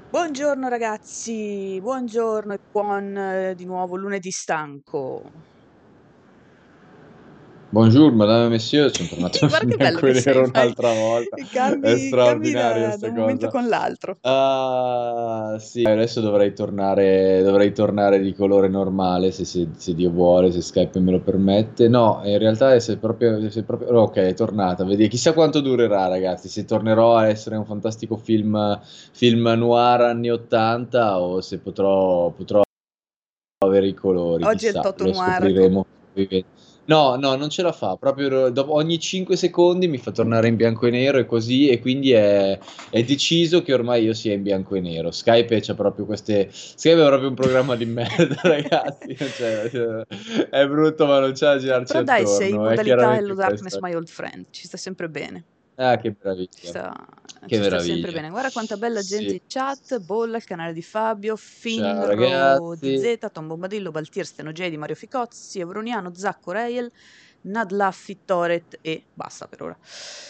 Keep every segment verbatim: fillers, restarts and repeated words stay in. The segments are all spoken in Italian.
Buongiorno ragazzi, buongiorno e buon eh, di nuovo lunedì stanco. Bonjour, madame et monsieur, sono tornato Guarda in che bello bianco che e sei, nero fai un'altra volta. È cambi, cambi straordinaria da, da sta un momento cosa. con l'altro. Ah, sì, adesso dovrei tornare, dovrei tornare di colore normale, se, se- se Dio vuole, se Skype me lo permette. No, in realtà se proprio, se proprio... oh, ok, è tornata. Vedi, chissà quanto durerà, ragazzi, se tornerò a essere un fantastico film, film noir anni ottanta o se potrò, potrò avere i colori, Oggi è il chissà, Toto lo Noir. tu- scopriremo. No, no, non ce la fa. Proprio dopo ogni cinque secondi mi fa tornare in bianco e nero e così, e quindi è, è deciso che ormai io sia in bianco e nero. Skype c'ha proprio queste. Skype è proprio un programma di merda, ragazzi. Cioè, è brutto, ma non c'è da girarci Però dai, sei in attorno. È modalità Hello chiaramente Darkness questo. My Old Friend, ci sta sempre bene. Ah, che Ci meraviglia. sta, Che ci sta sempre meraviglia. bene. Guarda quanta bella gente Sì. in chat. Bolla, il canale di Fabio, Ciao, Finro di ragazzi. Z, Tom Bombadillo, Baltier, Steno J, di Mario Ficozzi, Evroniano, Zacco, Rael, Nadlaffi, Toret e basta per ora.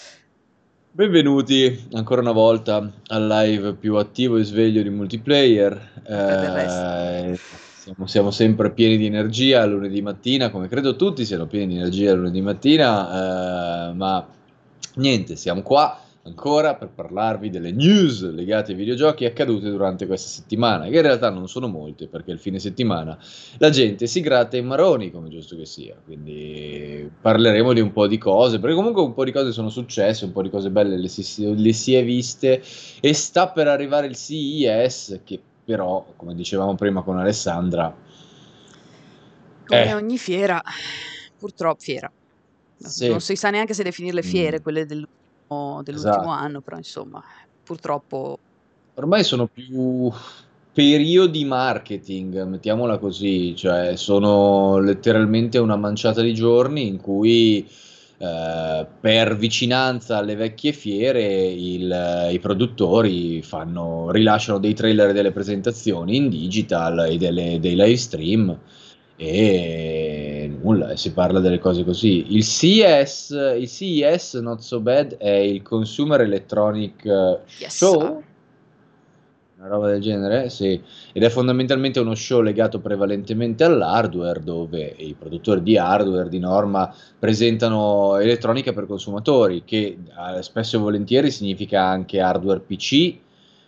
Benvenuti ancora una volta al live più attivo e sveglio di multiplayer. Vabbè, del resto. Eh, siamo, siamo sempre pieni di energia lunedì mattina, come credo tutti siano pieni di energia lunedì mattina, eh, ma niente, siamo qua ancora per parlarvi delle news legate ai videogiochi accadute durante questa settimana, che in realtà non sono molte, perché il fine settimana la gente si gratta i maroni, come giusto che sia. Quindi parleremo di un po' di cose, perché comunque un po' di cose sono successe, un po' di cose belle le si, si- le si è viste, e sta per arrivare il C E S, che però, come dicevamo prima con Alessandra, Come eh, ogni fiera, purtroppo fiera. Non sì, si sa neanche se definirle fiere, mm, quelle dell'ultimo, dell'ultimo esatto. anno, però insomma, purtroppo Ormai sono più periodi marketing, mettiamola così, cioè sono letteralmente una manciata di giorni in cui eh, per vicinanza alle vecchie fiere il- i produttori fanno, rilasciano dei trailer e delle presentazioni in digital e delle- dei live stream e nulla, e si parla delle cose così. Il C E S, il C E S Not So Bad è il Consumer Electronic yes. Show, una roba del genere, sì, ed è fondamentalmente uno show legato prevalentemente all'hardware, dove i produttori di hardware di norma presentano elettronica per consumatori, che eh, spesso e volentieri significa anche hardware P C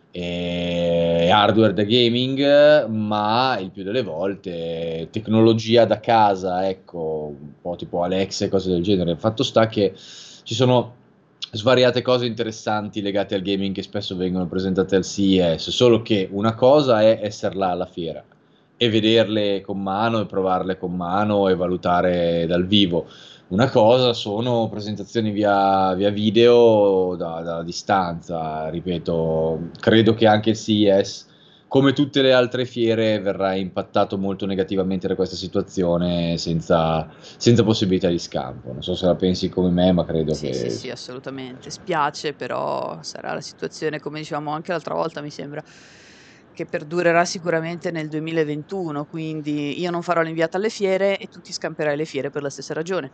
e hardware da gaming, ma il più delle volte tecnologia da casa, ecco, un po' tipo Alexa e cose del genere. Fatto sta che ci sono svariate cose interessanti legate al gaming che spesso vengono presentate al C E S, solo che una cosa è essere là alla fiera e vederle con mano e provarle con mano e valutare dal vivo. Una cosa sono presentazioni via, via video da, da distanza, ripeto, credo che anche il C E S, come tutte le altre fiere, verrà impattato molto negativamente da questa situazione senza, senza possibilità di scampo. Non so se la pensi come me, ma credo Sì, sì, che sì, assolutamente. Spiace, però sarà la situazione, come dicevamo anche l'altra volta, mi sembra che perdurerà sicuramente nel duemilaventuno, quindi io non farò l'inviata alle fiere e tu ti scamperai le fiere per la stessa ragione.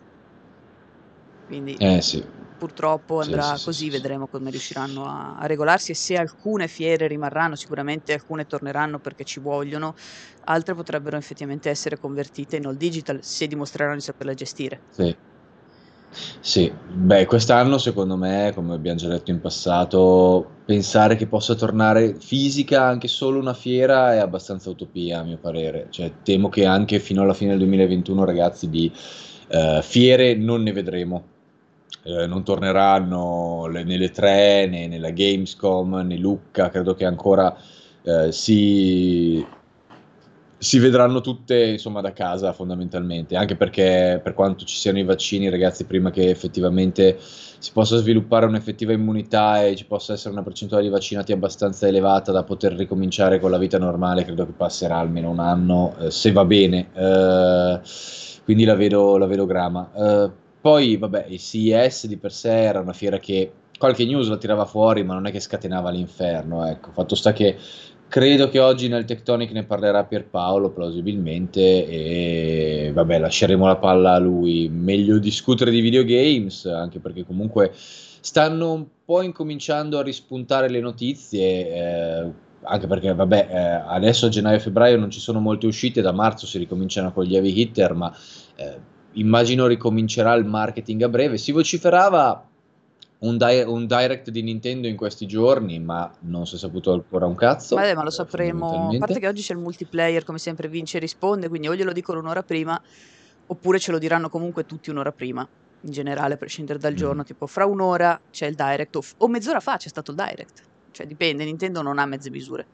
Quindi eh sì, purtroppo sì, sì, andrà sì, così, sì, sì. vedremo come riusciranno a, a regolarsi e se alcune fiere rimarranno, sicuramente alcune torneranno perché ci vogliono, altre potrebbero effettivamente essere convertite in all digital se dimostreranno di saperla gestire. Sì. Sì, beh, quest'anno secondo me, come abbiamo già detto in passato, pensare che possa tornare fisica anche solo una fiera è abbastanza utopia, a mio parere. Cioè, temo che anche fino alla fine del duemilaventuno, ragazzi, di eh, fiere non ne vedremo. Eh, non torneranno le- né le tre, né nella Gamescom, né Lucca, credo che ancora eh, si si vedranno tutte insomma da casa fondamentalmente, anche perché per quanto ci siano i vaccini, ragazzi, prima che effettivamente si possa sviluppare un'effettiva immunità e ci possa essere una percentuale di vaccinati abbastanza elevata da poter ricominciare con la vita normale, credo che passerà almeno un anno, eh, se va bene. Eh, quindi la vedo, la vedo grama. Eh, poi, vabbè, il C E S di per sé era una fiera che qualche news la tirava fuori, ma non è che scatenava l'inferno, ecco. Fatto sta che credo che oggi nel Tectonic ne parlerà Pierpaolo, plausibilmente, e vabbè, lasceremo la palla a lui. Meglio discutere di videogames, anche perché comunque stanno un po' incominciando a rispuntare le notizie, eh, anche perché vabbè, eh, adesso a gennaio e febbraio non ci sono molte uscite, da marzo si ricominciano con gli heavy hitter, ma eh, immagino ricomincerà il marketing a breve. Si vociferava un, di- un direct di Nintendo in questi giorni, ma non si è saputo ancora un cazzo, Vabbè, ma lo eh, sapremo. A parte fondamentalmente. che oggi c'è il multiplayer, come sempre vince e risponde, quindi o glielo dicono un'ora prima, oppure ce lo diranno comunque tutti un'ora prima, in generale, a prescindere dal Mm. giorno. Tipo, fra un'ora c'è il direct, o, f- o mezz'ora fa c'è stato il direct. Cioè, dipende, Nintendo non ha mezze misure.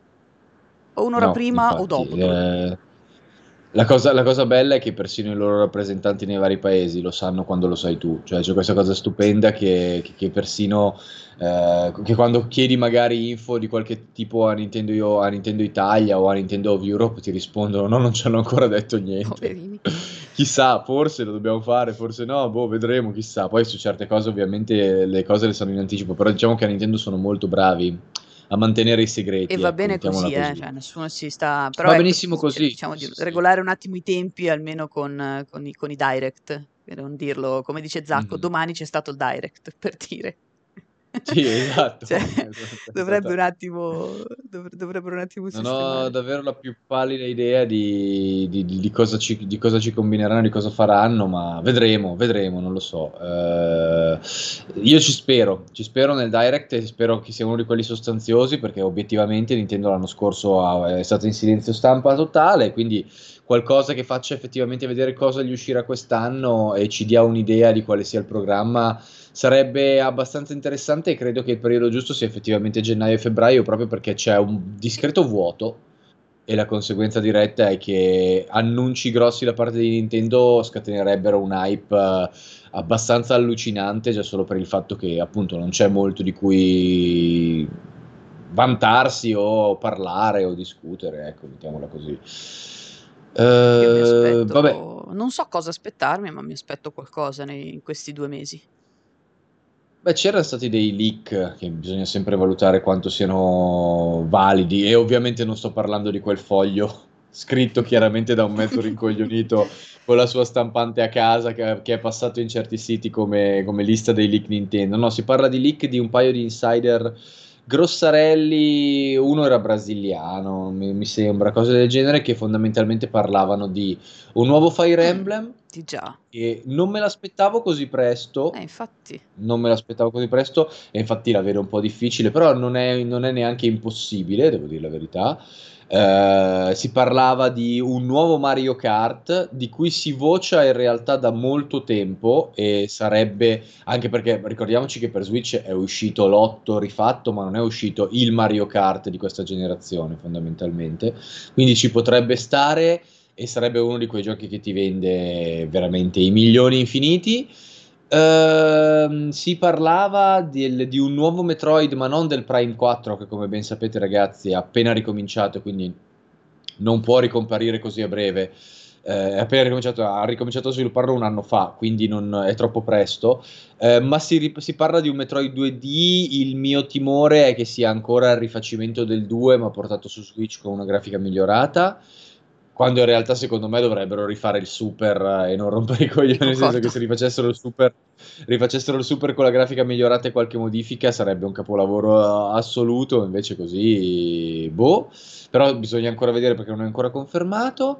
O un'ora No, prima o infatti. dopo, te lo dico. eh, La cosa, la cosa bella è che persino i loro rappresentanti nei vari paesi lo sanno quando lo sai tu, cioè c'è questa cosa stupenda che, che- che persino eh, che quando chiedi magari info di qualche tipo a Nintendo, a Nintendo Italia o a Nintendo of Europe ti rispondono no, non ci hanno ancora detto niente. Poverini. Chissà, forse lo dobbiamo fare, forse no, boh, vedremo, chissà. Poi su certe cose ovviamente le cose le sanno in anticipo, però diciamo che a Nintendo sono molto bravi a mantenere i E segreti, va ecco, bene mettiamola così, eh, così. cioè nessuno si sta... Però Va ecco, benissimo s- c- così, diciamo sì, di sì, sì. regolare un attimo i tempi, almeno con, eh, con i, con i direct, per non dirlo, come dice Zacco, Mhm. domani c'è stato il direct, per dire. Sì, esatto. Cioè, Esatto, è dovrebbe un stata- attimo, dov- dovrebbero un attimo Non ho sistemare. davvero la più pallida idea di, di- di- di cosa ci, di cosa ci combineranno, di cosa faranno, ma vedremo, vedremo, non lo so. Eh, io ci spero, ci spero nel Direct e spero che sia uno di quelli sostanziosi perché obiettivamente Nintendo l'anno scorso ha- è stato in silenzio stampa totale, quindi qualcosa che faccia effettivamente vedere cosa gli uscirà quest'anno e ci dia un'idea di quale sia il programma sarebbe abbastanza interessante e credo che il periodo giusto sia effettivamente gennaio e febbraio, proprio perché c'è un discreto vuoto e la conseguenza diretta è che annunci grossi da parte di Nintendo scatenerebbero un hype eh, abbastanza allucinante già solo per il fatto che appunto non c'è molto di cui vantarsi o parlare o discutere, ecco, mettiamola così. Io mi Eh, vabbè, aspetto, non so cosa aspettarmi, ma mi aspetto qualcosa nei- in questi due mesi. beh, c'erano stati dei leak che bisogna sempre valutare quanto siano validi e ovviamente non sto parlando di quel foglio scritto chiaramente da un mezzo rincoglionito con la sua stampante a casa che, che è passato in certi siti come, come lista dei leak Nintendo. No, si parla di leak di un paio di insider grossarelli, uno era brasiliano, mi, mi sembra, cose del genere che fondamentalmente parlavano di un nuovo Fire Mm, Emblem di già. e non me l'aspettavo così Eh, presto, infatti. non me l'aspettavo così presto e infatti la vedo un po' difficile, però non è, non è neanche impossibile, devo dire la verità. Eh, si parlava di un nuovo Mario Kart di cui si vocia in realtà da molto tempo e sarebbe, anche perché ricordiamoci che per Switch è uscito l'otto rifatto, ma non è uscito il Mario Kart di questa generazione fondamentalmente, quindi ci potrebbe stare e sarebbe uno di quei giochi che ti vende veramente i milioni infiniti. Ehm, si parlava del- di un nuovo Metroid, ma non del Prime quattro, che come ben sapete, ragazzi, è appena ricominciato, quindi non può ricomparire così a breve. Eh, è appena ricominciato, ha ricominciato a svilupparlo un anno fa, quindi non è troppo presto. Eh, ma si, ri- si parla di un Metroid due D. Il mio timore è che sia ancora il rifacimento del due, ma portato su Switch con una grafica migliorata. Quando in realtà, secondo me, dovrebbero rifare il Super eh, e non rompere i coglioni, Sì, nel senso che concordo. se rifacessero il Super, rifacessero il Super con la grafica migliorata e qualche modifica sarebbe un capolavoro eh, assoluto. Invece, così, boh. Però bisogna ancora vedere perché non è ancora confermato.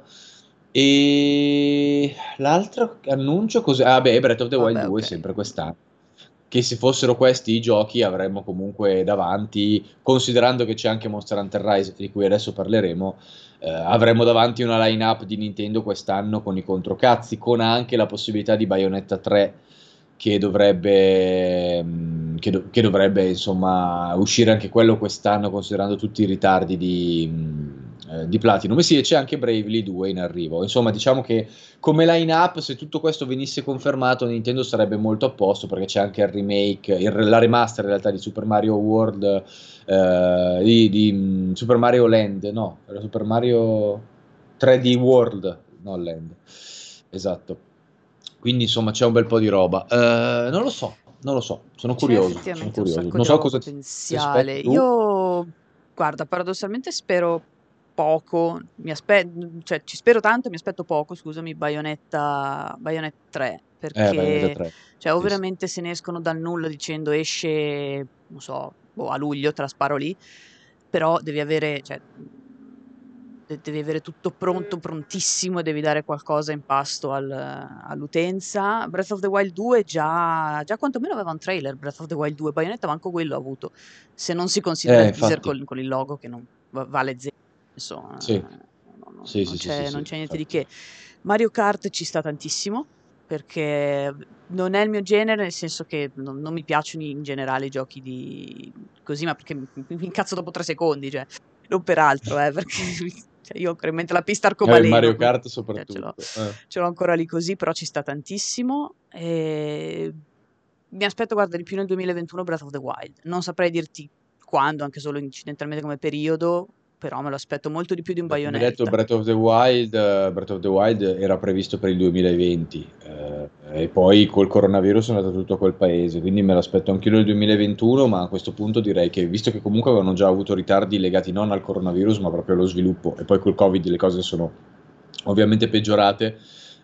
E l'altro annuncio così. Ah, beh, Breath of the Wild Vabbè, due, ok. sempre quest'anno. Che se fossero questi i giochi avremmo comunque davanti, considerando che c'è anche Monster Hunter Rise, di cui adesso parleremo, eh, avremmo davanti una line-up di Nintendo quest'anno con i controcazzi, con anche la possibilità di Bayonetta tre che dovrebbe, mh, che, do- che dovrebbe insomma uscire anche quello quest'anno, considerando tutti i ritardi di, mh, eh, di Platinum. E sì, e c'è anche Bravely due in arrivo. Insomma, diciamo che come line-up, se tutto questo venisse confermato, Nintendo sarebbe molto a posto perché c'è anche il remake, il- la remaster in realtà di Super Mario World, eh, di, di, mh, Super Mario Land, no, era Super Mario tre D World, no Land, esatto. Quindi insomma c'è un bel po' di roba. Eh, non lo so, non lo so, sono C'è curioso, sono effettivamente un curioso. sacco Non di so roba cosa ti, ti potenziale. aspetti tu. Io, guarda, paradossalmente spero poco, mi aspe- cioè ci spero tanto e mi aspetto poco, scusami, Bayonetta, Bayonetta tre, Eh, Bayonetta perché, tre. cioè, o Sì, sì. veramente se ne escono dal nulla dicendo esce, non so, boh, a luglio, te la sparo lì, però devi avere, cioè, de- devi avere tutto pronto, prontissimo, e devi dare qualcosa in pasto al- all'utenza. Breath of the Wild due già, già quantomeno aveva un trailer. Breath of the Wild due, Bayonetta manco quello ha avuto, se non si considera Eh, il teaser infatti. col- con, il logo che non va- vale zero. Sì. Insomma, no- no- Sì, non sì, sì, sì, c'è, sì, non c'è niente di infatti. che. Mario Kart ci sta tantissimo, perché non è il mio genere, nel senso che non, non mi piacciono in generale i giochi di così, ma perché mi, mi incazzo dopo tre secondi, cioè, non per altro, eh, perché cioè, io ho ancora in mente la pista Eh, arcobaleno, Mario quindi Kart cioè, ce l'ho, soprattutto. Eh. ce l'ho ancora lì così, però ci sta tantissimo. E mi aspetto, guarda, di più nel duemilaventuno Breath of the Wild. Non saprei dirti quando, anche solo incidentalmente come periodo, però me lo aspetto molto di più di un Beh, come detto, Bayonetta. Breath of the Wild, eh, Breath of the Wild era previsto per il duemilaventi, eh, e poi col coronavirus è andato tutto a quel paese, quindi me l'aspetto anche io nel duemilaventuno, ma a questo punto direi che, visto che comunque avevano già avuto ritardi legati non al coronavirus, ma proprio allo sviluppo, e poi col Covid le cose sono ovviamente peggiorate,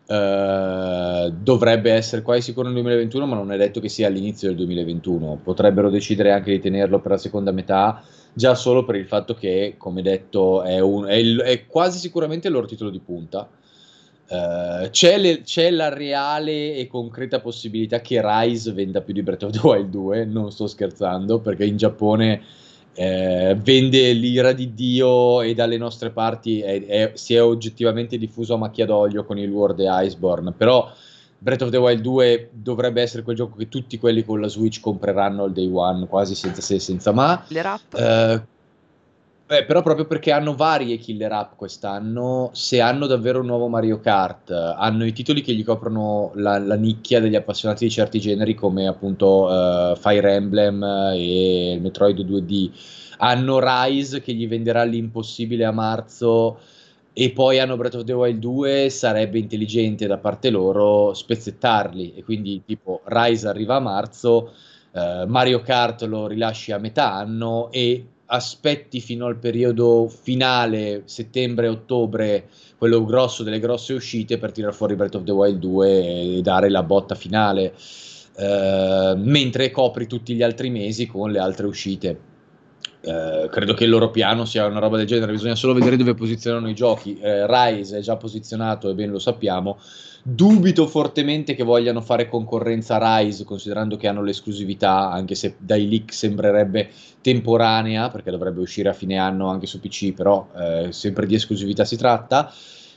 eh, dovrebbe essere quasi sicuro nel duemilaventuno, ma non è detto che sia all'inizio del duemilaventuno. Potrebbero decidere anche di tenerlo per la seconda metà, già solo per il fatto che, come detto, è, un- è il- è quasi sicuramente il loro titolo di punta. Eh, c'è, le- c'è la reale e concreta possibilità che Rise venda più di Breath of the Wild due, non sto scherzando, perché in Giappone eh, vende l'ira di Dio, e dalle nostre parti è- è- si è oggettivamente diffuso a macchia d'olio con il World e Iceborne, però Breath of the Wild due dovrebbe essere quel gioco che tutti quelli con la Switch compreranno al day one, quasi senza se e senza ma. Le rap? Eh, Beh, però proprio perché hanno varie killer app quest'anno, se hanno davvero un nuovo Mario Kart, hanno i titoli che gli coprono la, la nicchia degli appassionati di certi generi come appunto eh, Fire Emblem e il Metroid due D, hanno Rise che gli venderà l'impossibile a marzo, e poi hanno Breath of the Wild due, sarebbe intelligente da parte loro spezzettarli, e quindi tipo Rise arriva a marzo, eh, Mario Kart lo rilasci a metà anno e aspetti fino al periodo finale, settembre-ottobre, quello grosso delle grosse uscite, per tirar fuori Breath of the Wild due e dare la botta finale, eh, mentre copri tutti gli altri mesi con le altre uscite. Eh, credo che il loro piano sia una roba del genere, bisogna solo vedere dove posizionano i giochi. Eh, Rise è già posizionato e ben lo sappiamo. Dubito fortemente che vogliano fare concorrenza a Rise, considerando che hanno l'esclusività, anche se dai leak sembrerebbe temporanea, perché dovrebbe uscire a fine anno anche su P C, però eh, sempre di esclusività si tratta.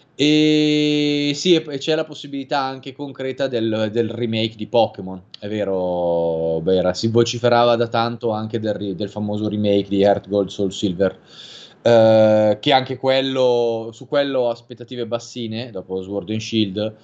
E sì, e c'è la possibilità anche concreta del, del remake di Pokémon, è vero, Bera, si vociferava da tanto anche del, ri- del famoso remake di Heart Gold Soul Silver, eh, che anche quello, su quello ho aspettative bassine dopo Sword and Shield,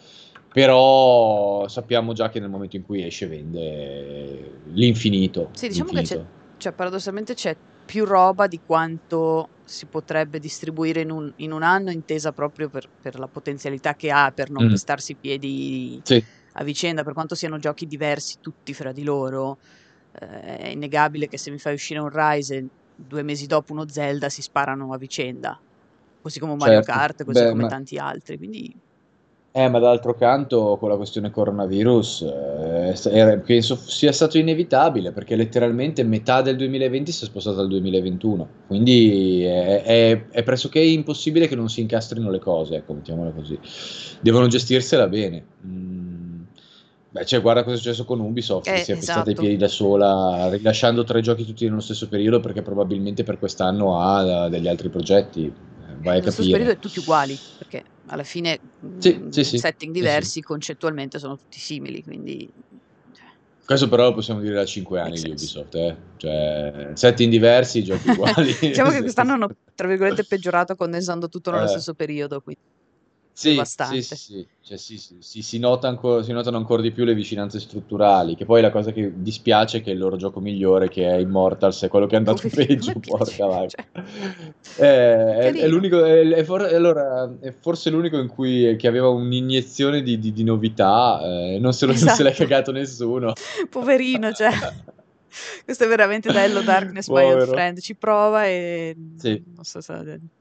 però sappiamo già che nel momento in cui esce vende l'infinito, Sì, diciamo che c'è, l'infinito. cioè, paradossalmente c'è più roba di quanto si potrebbe distribuire in un, in un anno, intesa proprio per, per la potenzialità che ha, per non Mm, pestarsi i piedi sì. a vicenda, per quanto siano giochi diversi tutti fra di loro. Eh, è innegabile che se mi fai uscire un Rise e due mesi dopo uno Zelda si sparano a vicenda, così come un Mario Certo, Kart, così beh, come ma, tanti altri. Quindi eh, ma d'altro canto con la questione coronavirus eh, s- era- penso sia stato inevitabile, perché letteralmente metà del duemilaventi si è spostata al duemilaventuno, quindi è, è- è pressoché impossibile che non si incastrino le cose, ecco, mettiamola così. Devono gestirsela bene. Mm, beh, cioè, guarda cosa è successo con Ubisoft, che Eh, si è pestata i esatto. piedi da sola, rilasciando tre giochi tutti nello stesso periodo, perché probabilmente per quest'anno ha eh, degli altri progetti. Eh, Eh, vai a nello stesso periodo capire. è tutti uguali, perché alla fine Sì, sì, mh, sì, setting sì, sì. diversi, concettualmente sono tutti simili, quindi cioè, Questo però lo possiamo dire da cinque anni makes di sense. Ubisoft, eh. Cioè, setting diversi, giochi uguali. Diciamo che Sì. quest'anno hanno, tra virgolette, peggiorato condensando tutto nello Eh, stesso periodo, quindi sì, sì, sì, devastante. sì. Cioè, sì, sì, sì, si nota ancora, si notano ancora di più le vicinanze strutturali, che poi la cosa che dispiace è che il loro gioco migliore, che è Immortals, è quello che è andato Poverino, a me peggio, piace, porca vacca. cioè, Eh, è È, è carino. l'unico, è, è for- allora, è forse l'unico in cui che aveva un'iniezione di, di- di novità, eh, non se lo- non se l'è Esatto. cagato nessuno. Poverino, cioè, questo è veramente da Hello Darkness, My Old Povero. Friend. Ci prova e Sì. non so se...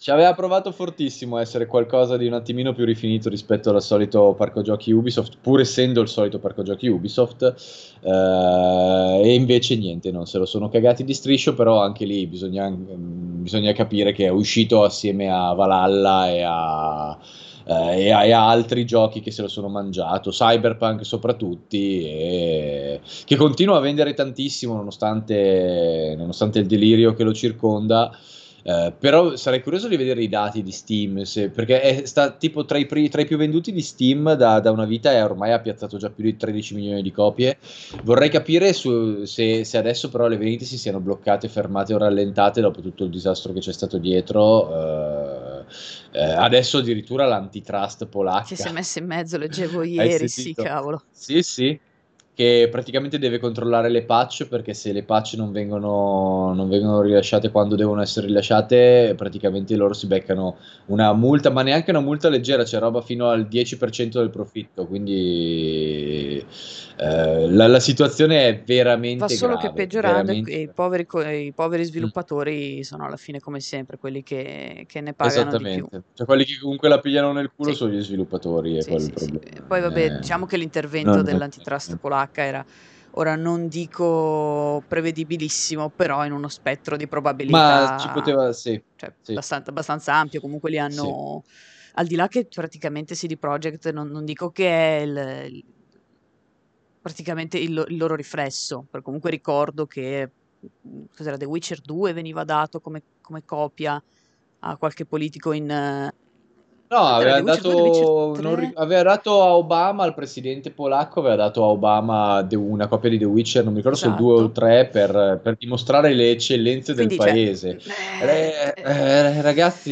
Ci aveva provato fortissimo a essere qualcosa di un attimino più rifinito rispetto al solito parco giochi Ubisoft, pur essendo il solito parco giochi Ubisoft, eh, e invece niente, non se lo sono cagati di striscio, però anche lì bisogna, mm, bisogna capire che è uscito assieme a Valhalla e a, eh, e a, e a altri giochi che se lo sono mangiato, Cyberpunk soprattutto, e che continua a vendere tantissimo nonostante, nonostante il delirio che lo circonda. Eh, però sarei curioso di vedere i dati di Steam, se- perché è sta tipo tra i, pri- tra i più venduti di Steam da, da una vita e ormai ha piazzato già più di tredici milioni di copie. Vorrei capire su- se, se adesso però le vendite si siano bloccate, fermate o rallentate dopo tutto il disastro che c'è stato dietro. Eh, eh, adesso addirittura l'antitrust Che si polacca. è messa in mezzo, leggevo Hai ieri, sì, sentito? cavolo. Sì, sì, che praticamente deve controllare le patch perché se le patch non vengono, non vengono rilasciate quando devono essere rilasciate, praticamente loro si beccano una multa, ma neanche una multa leggera, c'è roba fino al dieci per cento del profitto, quindi eh, la, la situazione è Va veramente solo che grave, peggiorando e veramente e i grave. poveri, co- e i poveri Mm. sviluppatori sono alla fine come sempre quelli che, che ne pagano di più. Esattamente, cioè quelli che comunque la pigliano nel culo Sì, sono gli sviluppatori, è sì, quello il sì, sì. problema. E poi Non vabbè, è- diciamo che l'intervento non è- dell'antitrust polacca era, ora non dico prevedibilissimo, però in uno spettro di Ma ci probabilità, poteva, sì, cioè, sì, abbastanza, abbastanza ampio. Comunque li sì. hanno, al di là che praticamente C D Projekt, non, non dico che è il, il- praticamente il, lo- il loro riflesso, perché comunque ricordo che mm, cos'era, The Witcher due veniva dato come, come copia a qualche politico in... eh, No, Cos'era, The aveva Witcher due, The Witcher dato, non ri- tre? aveva dato a Obama, al presidente polacco, aveva dato a Obama de- una copia di The Witcher, non mi ricordo se il due o il Esatto. tre, per, per dimostrare le eccellenze del Quindi, cioè, paese. eh, Re- eh, eh, ragazzi,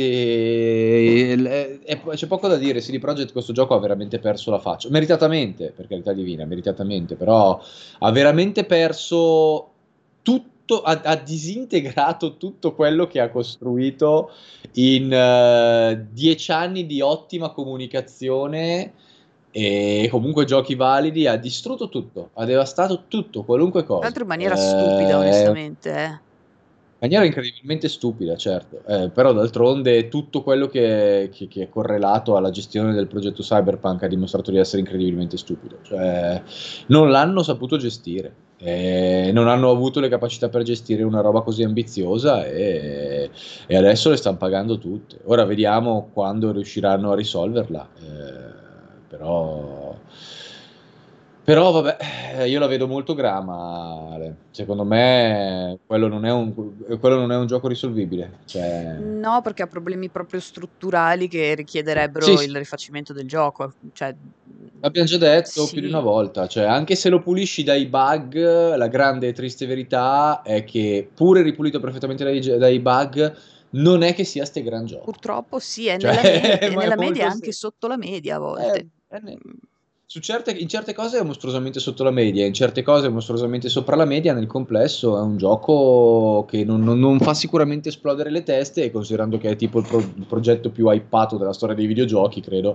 eh, eh, c'è poco da dire, C D Projekt questo gioco ha veramente perso la faccia, meritatamente, per carità divina, meritatamente, però ha veramente perso tutto, ha, ha disintegrato tutto quello che ha costruito in eh, dieci anni di ottima comunicazione e comunque giochi validi, ha distrutto tutto, ha devastato tutto, qualunque tra cosa. l'altro in maniera stupida, Eh, onestamente, eh. in maniera incredibilmente stupida, certo. Eh, però d'altronde tutto quello che, che- che è correlato alla gestione del progetto Cyberpunk ha dimostrato di essere incredibilmente stupido. Cioè, non l'hanno saputo gestire, eh, non hanno avuto le capacità per gestire una roba così ambiziosa e, e adesso le stanno pagando tutte. Ora vediamo quando riusciranno a risolverla. Eh, però... Però vabbè, eh, io la vedo molto grama, Ale. Secondo me quello non è un, quello non è un gioco risolvibile. Cioè, No, perché ha problemi proprio strutturali che sì, richiederebbero sì, il rifacimento del gioco. Cioè, l'abbiamo già mm, detto più di una sì, volta. Cioè, anche se lo pulisci dai bug, la grande e triste verità è che, pure ripulito perfettamente dai, dai bug, non è che sia ste gran gioco. purtroppo sì, è Cioè, nella, me- è, è nella media e molto. anche sotto la media a Eh, volte. eh, ne- Mm, su certe, in certe cose è mostruosamente sotto la media, in certe cose è mostruosamente sopra la media, nel complesso è un gioco che non, non- non fa sicuramente esplodere le teste, e considerando che è tipo il, pro- il progetto più hypato della storia dei videogiochi, credo,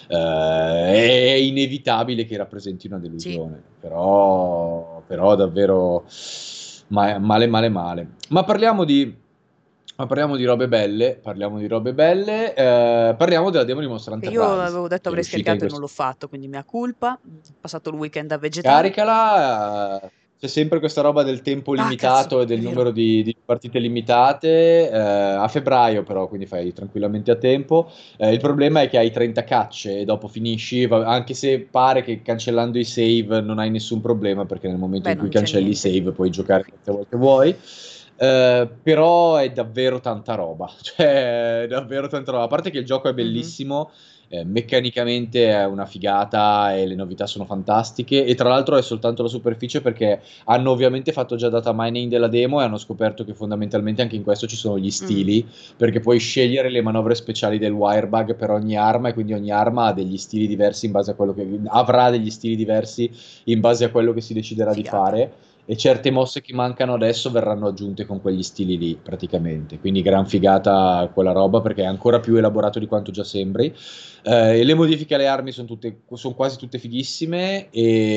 eh, è inevitabile che rappresenti una sì. delusione, però, però davvero ma- male, male, male. Ma parliamo di... Ma parliamo di robe belle, parliamo di robe belle, eh, parliamo della demo di Monster Che Hunter io Rise, avevo detto che è avrei uscita in scaricato e non questo. l'ho fatto, quindi mea culpa. Ho passato il weekend a vegetare. Caricala, eh, c'è sempre questa roba del tempo Ah, cazzo, limitato e è del vero. numero di, di partite limitate, eh, a febbraio però, quindi fai tranquillamente a tempo. Eh, il problema è che hai trenta cacce e dopo finisci, va- anche se pare che cancellando i save non hai nessun problema, perché nel momento Beh, in cui non c'è cancelli i niente. save puoi giocare quante volte vuoi. Eh, però è davvero tanta roba, cioè è davvero tanta roba. A parte che il gioco è Mhm. bellissimo, eh, meccanicamente è una figata e le novità sono fantastiche, e tra l'altro è soltanto la superficie, perché hanno ovviamente fatto già data mining della demo e hanno scoperto che fondamentalmente anche in questo ci sono gli Mm, stili, perché puoi scegliere le manovre speciali del Wirebug per ogni arma, e quindi ogni arma ha degli stili diversi in base a quello che avrà degli stili diversi in base a quello che si deciderà di figata. fare. E certe mosse che mancano adesso verranno aggiunte con quegli stili lì, praticamente. Quindi gran figata quella roba, perché è ancora più elaborato di quanto già sembri. Eh, e le modifiche alle armi sono tutte, sono quasi tutte fighissime,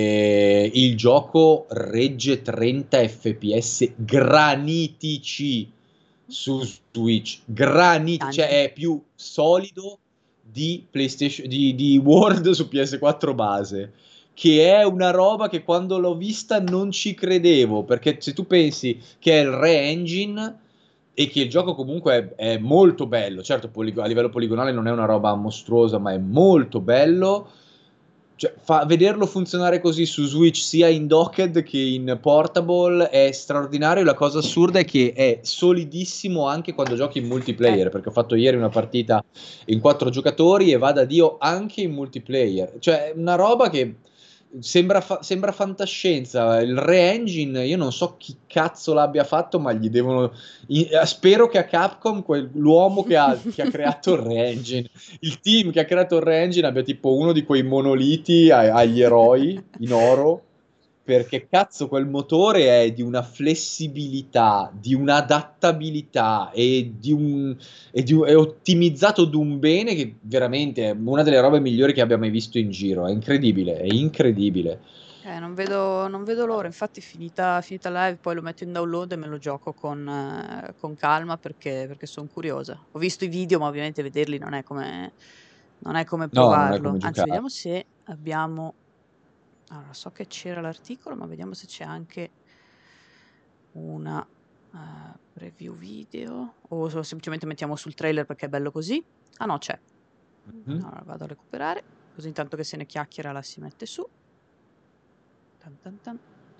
e il gioco regge trenta F P S granitici. su Switch, granit, cioè Anni. è più solido di PlayStation, di, di World su P S quattro base, che è una roba che quando l'ho vista non ci credevo, perché se tu pensi che è il re-engine e che il gioco comunque è, è molto bello, certo poligo- a livello poligonale non è una roba mostruosa, ma è molto bello. Cioè, fa, vederlo funzionare così su Switch sia in docked che in portable è straordinario. La cosa assurda è che è solidissimo anche quando giochi in Eh, multiplayer, perché ho fatto ieri una partita in quattro giocatori e vada Dio anche in multiplayer. Cioè, è una roba che sembra, fa- sembra fantascienza. Il re-engine, io non so chi cazzo l'abbia fatto, ma gli devono... i- eh, spero che a Capcom, quel- l'uomo che ha, che ha creato il re-engine, il team che ha creato il re-engine abbia tipo uno di quei monoliti a- agli eroi in oro, perché cazzo quel motore è di una flessibilità, di un'adattabilità e di un, e di un- è ottimizzato d'un bene che veramente è una delle robe migliori che abbia mai visto in giro. È incredibile, è incredibile. eh, non vedo, non vedo l'ora. Infatti, finita, finita live, poi lo metto in download e me lo gioco con, eh, con calma perché, perché sono curiosa. Ho visto i video, ma ovviamente vederli non è come, non è come No, non è provarlo. come Anzi, giocare. vediamo se abbiamo. Allora, so che c'era l'articolo, ma vediamo se c'è anche una eh, preview video o se semplicemente mettiamo sul trailer perché è bello così. Ah no, c'è. Mhm. Allora vado a recuperare, così intanto che se ne chiacchiera la si mette su. Tan tan tan.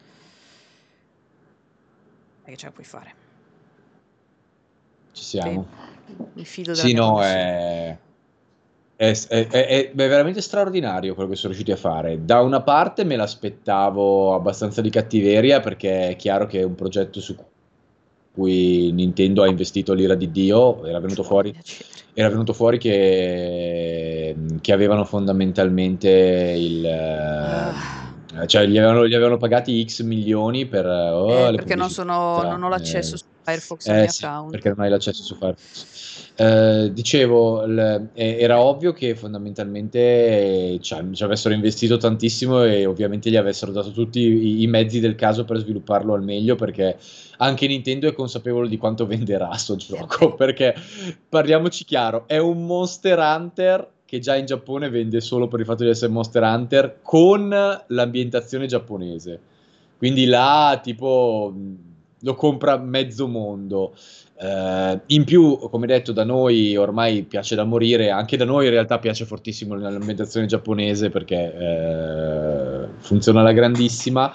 E che ce la puoi fare? Ci Sì, siamo. mi fido della Sì, mia no, connessione. è... È, è- è- è veramente straordinario quello che sono riusciti a fare. Da una parte me l'aspettavo abbastanza di cattiveria perché è chiaro che è un progetto su cui Nintendo ha investito l'ira di Dio, era Ci venuto vuole fuori, piacere. era venuto fuori che, che avevano fondamentalmente il... Ah, eh, cioè gli avevano, gli avevano pagati X milioni per eh, oh, eh, le perché non pubblicità. sono, non ho l'accesso Eh, su Firefox al eh mio sì, account. perché non hai l'accesso su Firefox. Eh, dicevo, l- eh, era ovvio che fondamentalmente eh, cioè, ci avessero investito tantissimo e ovviamente gli avessero dato tutti i, i mezzi del caso per svilupparlo al meglio, perché anche Nintendo è consapevole di quanto venderà sto Eh beh, gioco, perché parliamoci chiaro, è un Monster Hunter che già in Giappone vende solo per il fatto di essere Monster Hunter con l'ambientazione giapponese. Quindi là, tipo, mh, lo compra mezzo mondo. Eh, in più, come detto, da noi ormai piace da morire, anche da noi in realtà piace fortissimo l'ambientazione giapponese perché eh, funziona alla grandissima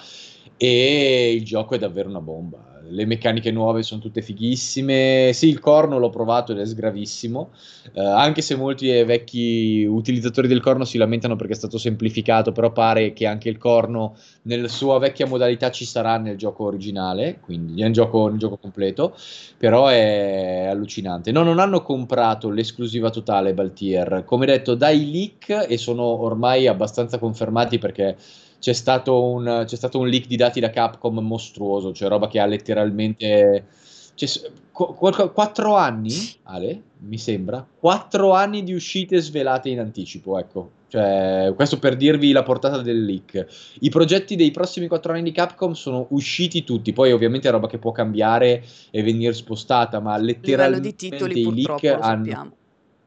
e il gioco è davvero una bomba. Le meccaniche nuove sono tutte fighissime. Sì, il corno l'ho provato ed è sgravissimo, eh, anche se molti eh, vecchi utilizzatori del corno si lamentano perché è stato semplificato, però pare che anche il corno nella sua vecchia modalità ci sarà nel gioco originale, quindi nel gioco, nel gioco completo, però è allucinante. No, non hanno comprato l'esclusiva totale Baltier, come detto dai leak e sono ormai abbastanza confermati perché c'è stato un, c'è stato un leak di dati da Capcom mostruoso, cioè roba che ha letteralmente... C'è s- qu- qual- quattro anni, Ale, mi sembra, quattro anni di uscite svelate in anticipo, ecco. Cioè, questo per dirvi la portata del leak. I progetti dei prossimi quattro anni di Capcom sono usciti tutti, poi ovviamente è roba che può cambiare e venire spostata, ma a livello di titoli letteralmente i leak purtroppo lo hanno... sappiamo.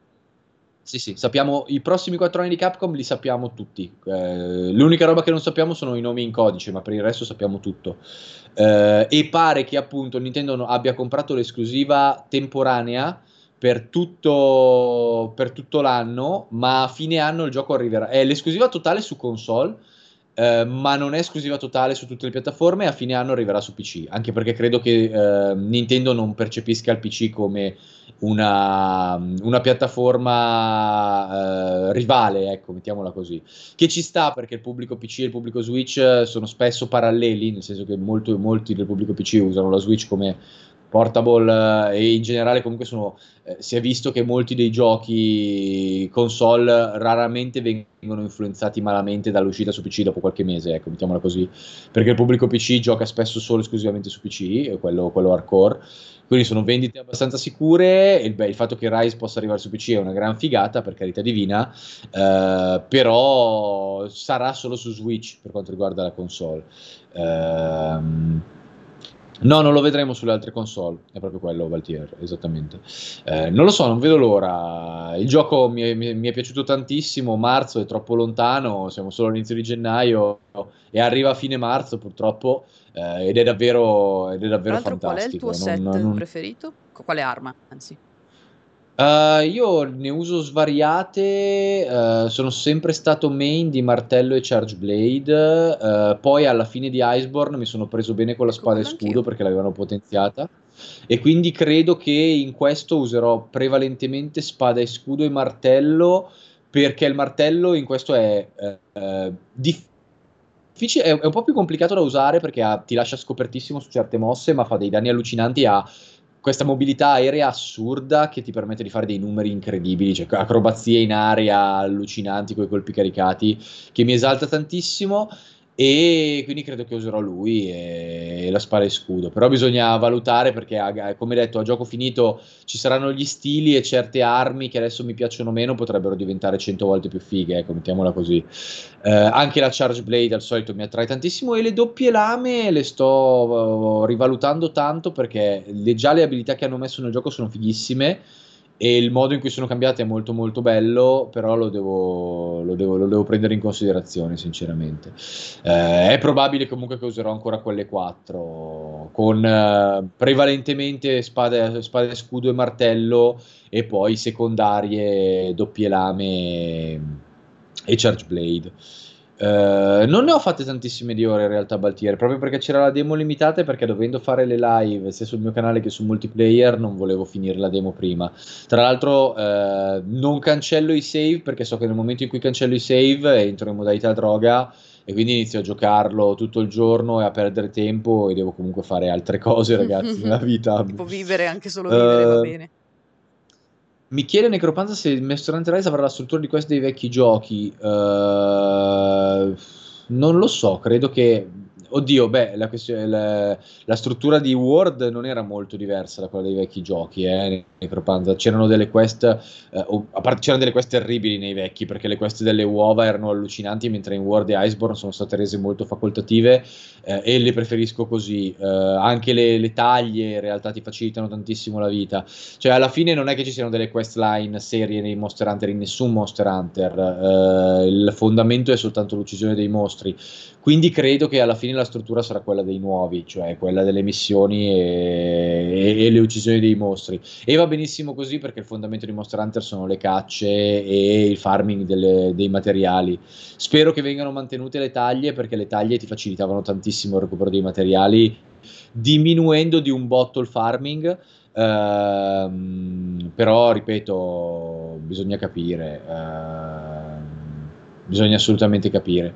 Sì, sì, sappiamo i prossimi quattro anni di Capcom li sappiamo tutti. Eh, l'unica roba che non sappiamo sono i nomi in codice, ma per il resto sappiamo tutto. Eh, e pare che appunto Nintendo no- abbia comprato l'esclusiva temporanea per tutto, per tutto l'anno, ma a fine anno il gioco arriverà. È l'esclusiva totale su console, eh, ma non è esclusiva totale su tutte le piattaforme. A fine anno arriverà su P C, anche perché credo che eh, Nintendo non percepisca il P C come una, una piattaforma eh, rivale, ecco, mettiamola così. Che ci sta perché il pubblico P C e il pubblico Switch sono spesso paralleli, nel senso che molto- molti del pubblico P C usano la Switch come portable eh, e in generale comunque sono, eh, si è visto che molti dei giochi console raramente vengono influenzati malamente dall'uscita su P C dopo qualche mese, ecco, mettiamola così, perché il pubblico P C gioca spesso solo e esclusivamente su P C, quello, quello hardcore, quindi sono vendite abbastanza sicure. E, beh, il fatto che Rise possa arrivare su P C è una gran figata, per carità divina, eh, però sarà solo su Switch per quanto riguarda la console. Ehm, No, non lo vedremo sulle altre console, è proprio quello, Valtier, esattamente. Eh, non lo so, non vedo l'ora. Il gioco mi è, mi è- mi è piaciuto tantissimo, marzo è troppo lontano, siamo solo all'inizio di gennaio e arriva a fine marzo purtroppo, eh, ed è davvero, ed è Tra davvero l'altro, qual è il tuo fantastico. Non, set non- preferito? Co- Quale arma, anzi? Eh, io ne uso svariate, eh, sono sempre stato main di martello e charge blade, eh, poi alla fine di Iceborne mi sono preso bene con la Ecco, spada e quello scudo anch'io. perché l'avevano potenziata e quindi credo che in questo userò prevalentemente spada e scudo e martello perché il martello in questo è eh, eh, difficile, è, è un po' più complicato da usare perché ha- ti lascia scopertissimo su certe mosse ma fa dei danni allucinanti, ha questa mobilità aerea assurda che ti permette di fare dei numeri incredibili, cioè acrobazie in aria allucinanti con i colpi caricati, che mi esalta tantissimo. E quindi credo che userò lui e, e la spada e scudo. Però bisogna valutare perché, a- come detto, a gioco finito ci saranno gli stili e certe armi che adesso mi piacciono meno potrebbero diventare cento volte più fighe, ecco, mettiamola così. Eh, anche la Charge Blade al solito mi attrae tantissimo e le doppie lame le sto uh, rivalutando tanto perché le, già le abilità che hanno messo nel gioco sono fighissime e il modo in cui sono cambiate è molto molto bello, però lo devo, lo devo, lo devo prendere in considerazione sinceramente. Eh, è probabile comunque che userò ancora quelle quattro con eh, prevalentemente spade, spade, scudo e martello e poi secondarie doppie lame e Charge Blade. Eh, non ne ho fatte tantissime di ore in realtà, Baltiere, proprio perché c'era la demo limitata e perché dovendo fare le live sia sul mio canale che su multiplayer non volevo finire la demo prima. Tra l'altro eh, non cancello i save perché so che nel momento in cui cancello i save entro in modalità droga e quindi inizio a giocarlo tutto il giorno e a perdere tempo e devo comunque fare altre cose, ragazzi, nella vita. Tipo vivere, anche solo vivere va Eh, bene. Mi chiede Necropanza se il Master Hunter Rise avrà la struttura di questi dei vecchi giochi. Eh, non lo so, credo che... Oddio, beh, la, questione- la- la struttura di World non era molto diversa da quella dei vecchi giochi, eh, Necropanza. C'erano delle quest, eh, o- a parte c'erano delle quest terribili nei vecchi, perché le quest delle uova erano allucinanti, mentre in World e Iceborne sono state rese molto facoltative, eh, e le preferisco così. Eh, anche le, le taglie in realtà ti facilitano tantissimo la vita. Cioè, alla fine non è che ci siano delle questline serie nei Monster Hunter, in nessun Monster Hunter. Eh, il fondamento è soltanto l'uccisione dei mostri. Quindi credo che alla fine la struttura sarà quella dei nuovi, cioè quella delle missioni e, e- e le uccisioni dei mostri. E va benissimo così perché il fondamento di Monster Hunter sono le cacce e il farming delle- dei materiali. Spero che vengano mantenute le taglie perché le taglie ti facilitavano tantissimo il recupero dei materiali, diminuendo di un botto il farming. Ehm, però, ripeto, bisogna capire, ehm, bisogna assolutamente capire.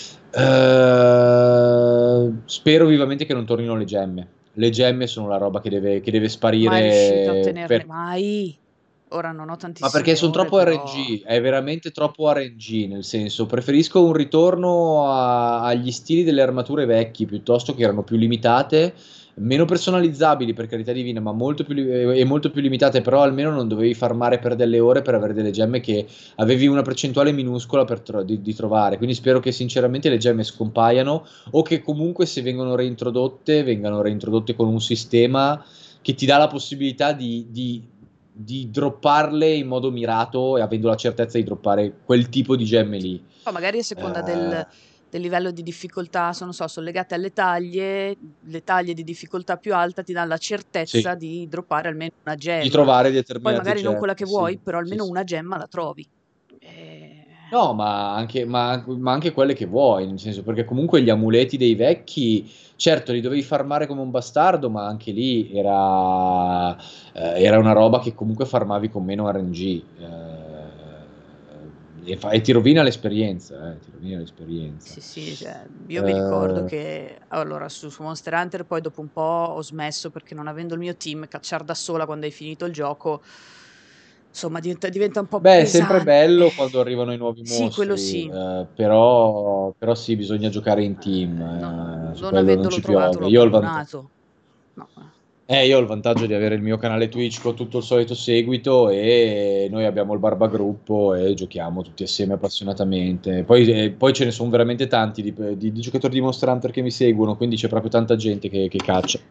Eh, spero vivamente che non tornino le gemme. Le gemme sono la roba che deve, che deve Mai riuscito a sparire ottenerne, per- mai. Ora non ho ma perché tantissime sono ore, troppo però... R N G, è veramente troppo R N G, nel senso, preferisco un ritorno a- agli stili delle armature vecchi, piuttosto che erano più limitate, meno personalizzabili per carità divina, ma molto più, li- e molto più limitate, però almeno non dovevi farmare per delle ore per avere delle gemme che avevi una percentuale minuscola per tro- di, di trovare. Quindi spero che sinceramente le gemme scompaiano o che comunque se vengono reintrodotte, vengano reintrodotte con un sistema che ti dà la possibilità di, di di dropparle in modo mirato e avendo la certezza di droppare quel tipo di gemme lì. Poi magari a seconda del, Eh, del livello di difficoltà, so- non so, sono legate alle taglie, le taglie di difficoltà più alta ti danno la certezza sì, di droppare almeno una di gemma. trovare Poi determinate magari non quella gemme, che vuoi, sì, però sì, almeno sì. una gemma la trovi. Eh, No, ma anche, ma, ma anche quelle che vuoi, nel senso, perché comunque gli amuleti dei vecchi, certo, li dovevi farmare come un bastardo, ma anche lì era, eh, era una roba che comunque farmavi con meno R N G. Eh, e, fa- e ti rovina l'esperienza, eh, ti rovina l'esperienza. Sì, sì, cioè, io mi ricordo Eh, che allora su, su Monster Hunter poi dopo un po' ho smesso perché non avendo il mio team, cacciare da sola quando hai finito il gioco, insomma, diventa, diventa un po' Beh, è sempre pesante. bello quando arrivano i nuovi Sì, quello mostri, sì. eh, però, però sì, bisogna giocare in team, Eh, non, eh, su non quello non avendolo ci trovato l'ho piove. Io ho il vantaggio. abbandonato. No. eh. Eh, io ho il vantaggio di avere il mio canale Twitch con tutto il solito seguito e noi abbiamo il barbagruppo e giochiamo tutti assieme appassionatamente. Poi, eh, poi ce ne sono veramente tanti di, di- di giocatori di Monster Hunter che mi seguono, quindi c'è proprio tanta gente che, che caccia.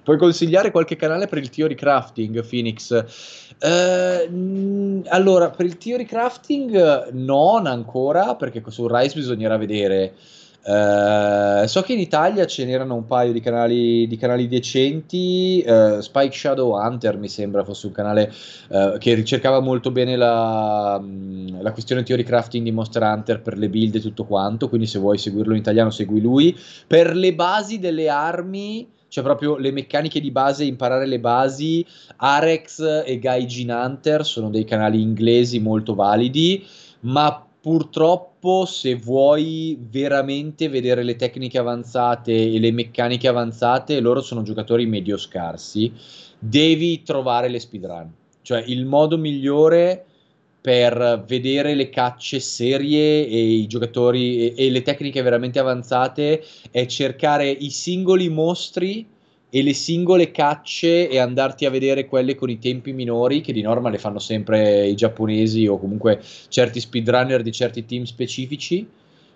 Puoi consigliare qualche canale per il theory crafting, Phoenix? Eh, mh, allora, per il theory crafting non ancora, perché su Rise bisognerà vedere. Eh, so che in Italia ce n'erano un paio di canali, di canali decenti. eh, Spike Shadow Hunter mi sembra fosse un canale eh, che ricercava molto bene la, mh, la questione theory crafting di Monster Hunter per le build e tutto quanto, quindi se vuoi seguirlo in italiano segui lui. Per le basi delle armi, cioè proprio le meccaniche di base, imparare le basi, Arex e Gaijin Hunter sono dei canali inglesi molto validi, ma purtroppo se vuoi veramente vedere le tecniche avanzate e le meccaniche avanzate, loro sono giocatori medio scarsi, devi trovare le speedrun. Cioè il modo migliore per vedere le cacce serie e i giocatori e, e le tecniche veramente avanzate è cercare i singoli mostri e le singole cacce e andarti a vedere quelle con i tempi minori, che di norma le fanno sempre i giapponesi o comunque certi speedrunner di certi team specifici.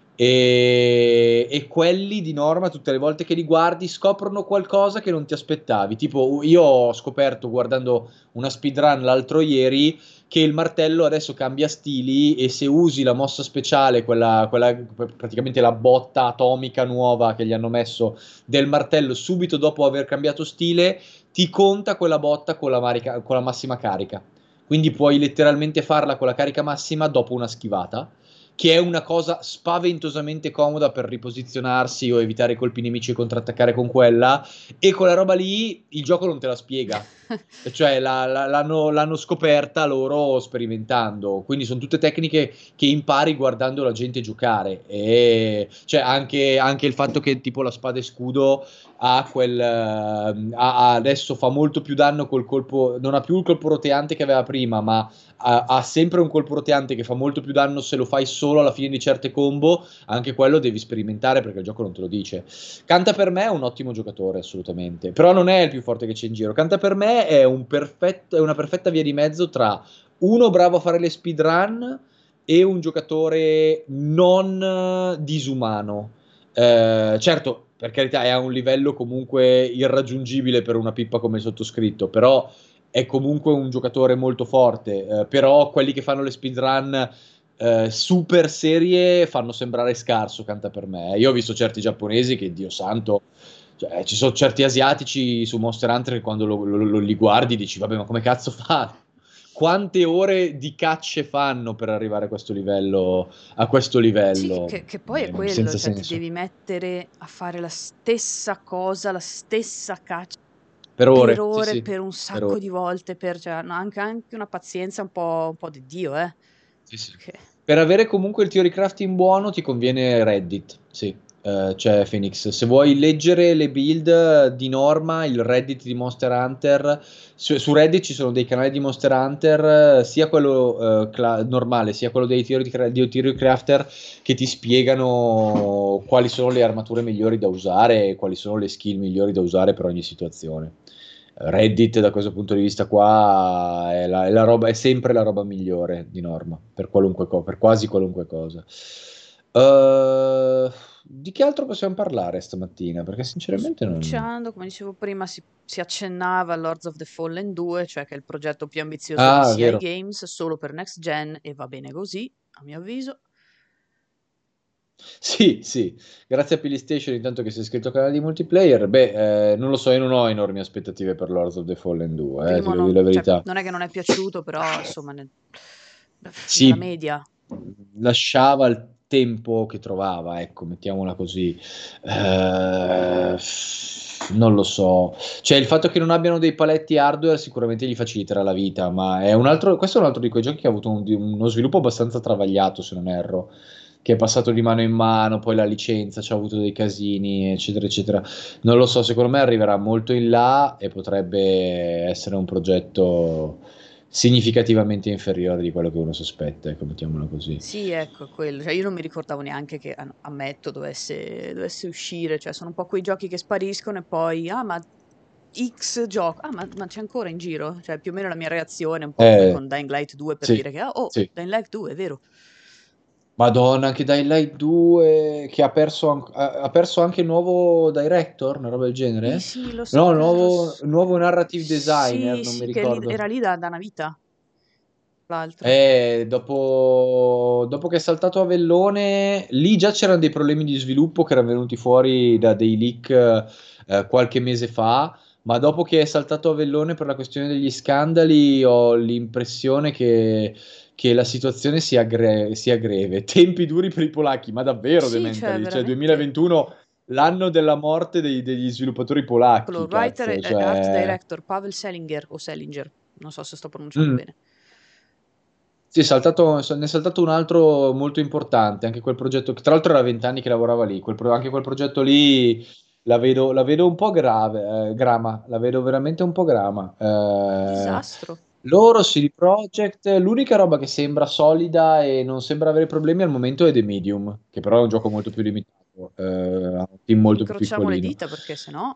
E, e quelli di norma, tutte le volte che li guardi, scoprono qualcosa che non ti aspettavi. Tipo, io ho scoperto guardando una speedrun l'altro ieri che il martello adesso cambia stili e se usi la mossa speciale, quella, quella praticamente la botta atomica nuova che gli hanno messo del martello subito dopo aver cambiato stile, ti conta quella botta con la, marica- con la massima carica. Quindi puoi letteralmente farla con la carica massima dopo una schivata, che è una cosa spaventosamente comoda per riposizionarsi o evitare i colpi nemici e contrattaccare con quella. E quella roba lì il gioco non te la spiega. Cioè la- la- l'hanno, l'hanno scoperta loro sperimentando, quindi sono tutte tecniche che impari guardando la gente giocare. E cioè anche, anche il fatto che tipo la spada e scudo ha quel, ehm, ha- ha- adesso fa molto più danno col colpo, non ha più il colpo roteante che aveva prima, ma ha, ha sempre un colpo roteante che fa molto più danno se lo fai solo alla fine di certe combo. Anche quello devi sperimentare perché il gioco non te lo dice. Canta per me è un ottimo giocatore, assolutamente, però non è il più forte che c'è in giro. Canta per me è, un perfetto, è una perfetta via di mezzo tra uno bravo a fare le speedrun e un giocatore non eh, disumano. Eh, certo, per carità, è a un livello comunque irraggiungibile per una pippa come il sottoscritto, però è comunque un giocatore molto forte. Eh, però quelli che fanno le speedrun eh, super serie fanno sembrare scarso, canta per me. Io ho visto certi giapponesi che, Dio santo, cioè, ci sono certi asiatici su Monster Hunter che quando lo, lo- lo- li guardi dici, vabbè, ma come cazzo fa? Quante ore di cacce fanno per arrivare a questo livello? A questo Sì, livello? che, che poi è Eh, quello, senza cioè ti senso. devi mettere a fare la stessa cosa, la stessa caccia Per per ore, sì, ore, sì, per un per sacco ore. di volte, per, cioè, hanno anche, anche una pazienza un po', un po' di Dio, eh. Sì, sì. Che- Per avere comunque il theory crafting buono ti conviene Reddit, sì. Eh, c'è Phoenix. Se vuoi leggere le build eh, di norma, il Reddit di Monster Hunter, su, su Reddit ci sono dei canali di Monster Hunter, eh, sia quello eh, cla- normale, sia quello dei theory, cra- di theory crafter, che ti spiegano quali sono le armature migliori da usare e quali sono le skill migliori da usare per ogni situazione. Reddit da questo punto di vista qua è, la, è la roba, è sempre la roba migliore di norma per qualunque cosa, per quasi qualunque cosa. Uh, di che altro possiamo parlare stamattina? Perché sinceramente non... Spulciando, come dicevo prima, si, si accennava a Lords of the Fallen due, cioè che è il progetto più ambizioso di Ah, C I vero. Games, solo per next gen, e va bene così, a mio avviso. Sì, sì. Grazie a PlayStation intanto che si è iscritto al canale di multiplayer. Beh, eh, non lo so, io non ho enormi aspettative per Lords of the Fallen due, eh, ti Primo devo dire non, la cioè, verità. non è che non è piaciuto, però insomma, nel- nella Sì, media. lasciava il tempo che trovava, ecco, mettiamola così. Eh, non lo so. Cioè, il fatto che non abbiano dei paletti hardware sicuramente gli faciliterà la vita, ma è un altro, questo è un altro di quei giochi che ha avuto un- di- uno sviluppo abbastanza travagliato, se non erro, che è passato di mano in mano, poi la licenza, ci ha avuto dei casini, eccetera, eccetera. Non lo so, secondo me arriverà molto in là e potrebbe essere un progetto significativamente inferiore di quello che uno sospetta, ecco, mettiamola così. Sì, ecco, è quello. Cioè, io non mi ricordavo neanche che, am- ammetto, dovesse, dovesse uscire. Cioè, sono un po' quei giochi che spariscono e poi, ah, ma X gioco, ah, ma, ma c'è ancora in giro? Cioè, più o meno la mia reazione, un po' come Eh, con Dying Light due per sì, dire che, ah, oh, sì. Dying Light due, è vero. Madonna, anche Dying Light due che ha perso, an- ha ha perso anche il nuovo director, una roba del Sì, genere? sì, lo, s- No, il lo nuovo, s- il nuovo narrative designer, sì, non mi sì, che lì- ricordo. era lì da, da una vita, l'altro. Eh, dopo, dopo che è saltato a Vellone, lì già c'erano dei problemi di sviluppo che erano venuti fuori da dei leak eh, qualche mese fa, ma dopo che è saltato a Vellone per la questione degli scandali, ho l'impressione che, che la situazione sia, gre- sia greve. Tempi duri per i polacchi, ma davvero Sì, cioè dementali. Cioè, veramente. duemilaventuno, l'anno della morte dei- degli sviluppatori Quello polacchi, writer cazzo. e e art Cioè... director Pavel Selinger o Selinger, non so se sto pronunciando mm. bene. Sì, è saltato, ne è saltato un altro molto importante, anche quel progetto, che tra l'altro era vent'anni che lavorava lì, quel pro- anche quel progetto lì la vedo, la vedo un po' grave, eh, grama, la vedo veramente un po' grama. Eh, Disastro. loro, C D Projekt, l'unica roba che sembra solida e non sembra avere problemi al momento è The Medium, che però è un gioco molto più limitato, eh, ha un team molto più Incrociamo le piccolino. dita perché sennò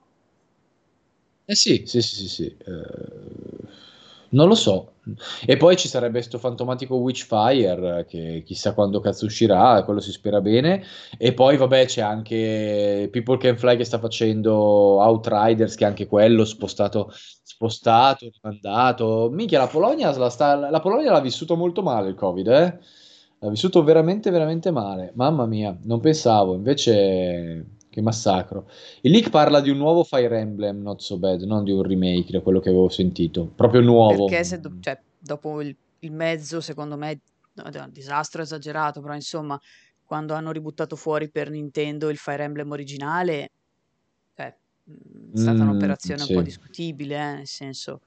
Eh sì, sì, sì, sì, sì. Eh, non lo so. E poi ci sarebbe sto fantomatico Witchfire eh, che chissà quando cazzo uscirà, quello si spera bene. E poi vabbè c'è anche People Can Fly che sta facendo Outriders, che anche quello spostato, spostato, rimandato. Minchia, la Polonia, la, sta- la Polonia l'ha vissuto molto male il Covid, eh? L'ha vissuto veramente, veramente male. Mamma mia, non pensavo. Invece, che massacro. Il leak parla di un nuovo Fire Emblem, not so bad, non di un remake, da quello che avevo sentito. Proprio nuovo. perché se do- cioè, dopo il, il mezzo, secondo me, no, no, disastro esagerato, però insomma, quando hanno ributtato fuori per Nintendo il Fire Emblem originale, cioè, mh, è stata Mm, un'operazione un po' sì. discutibile, eh, nel senso,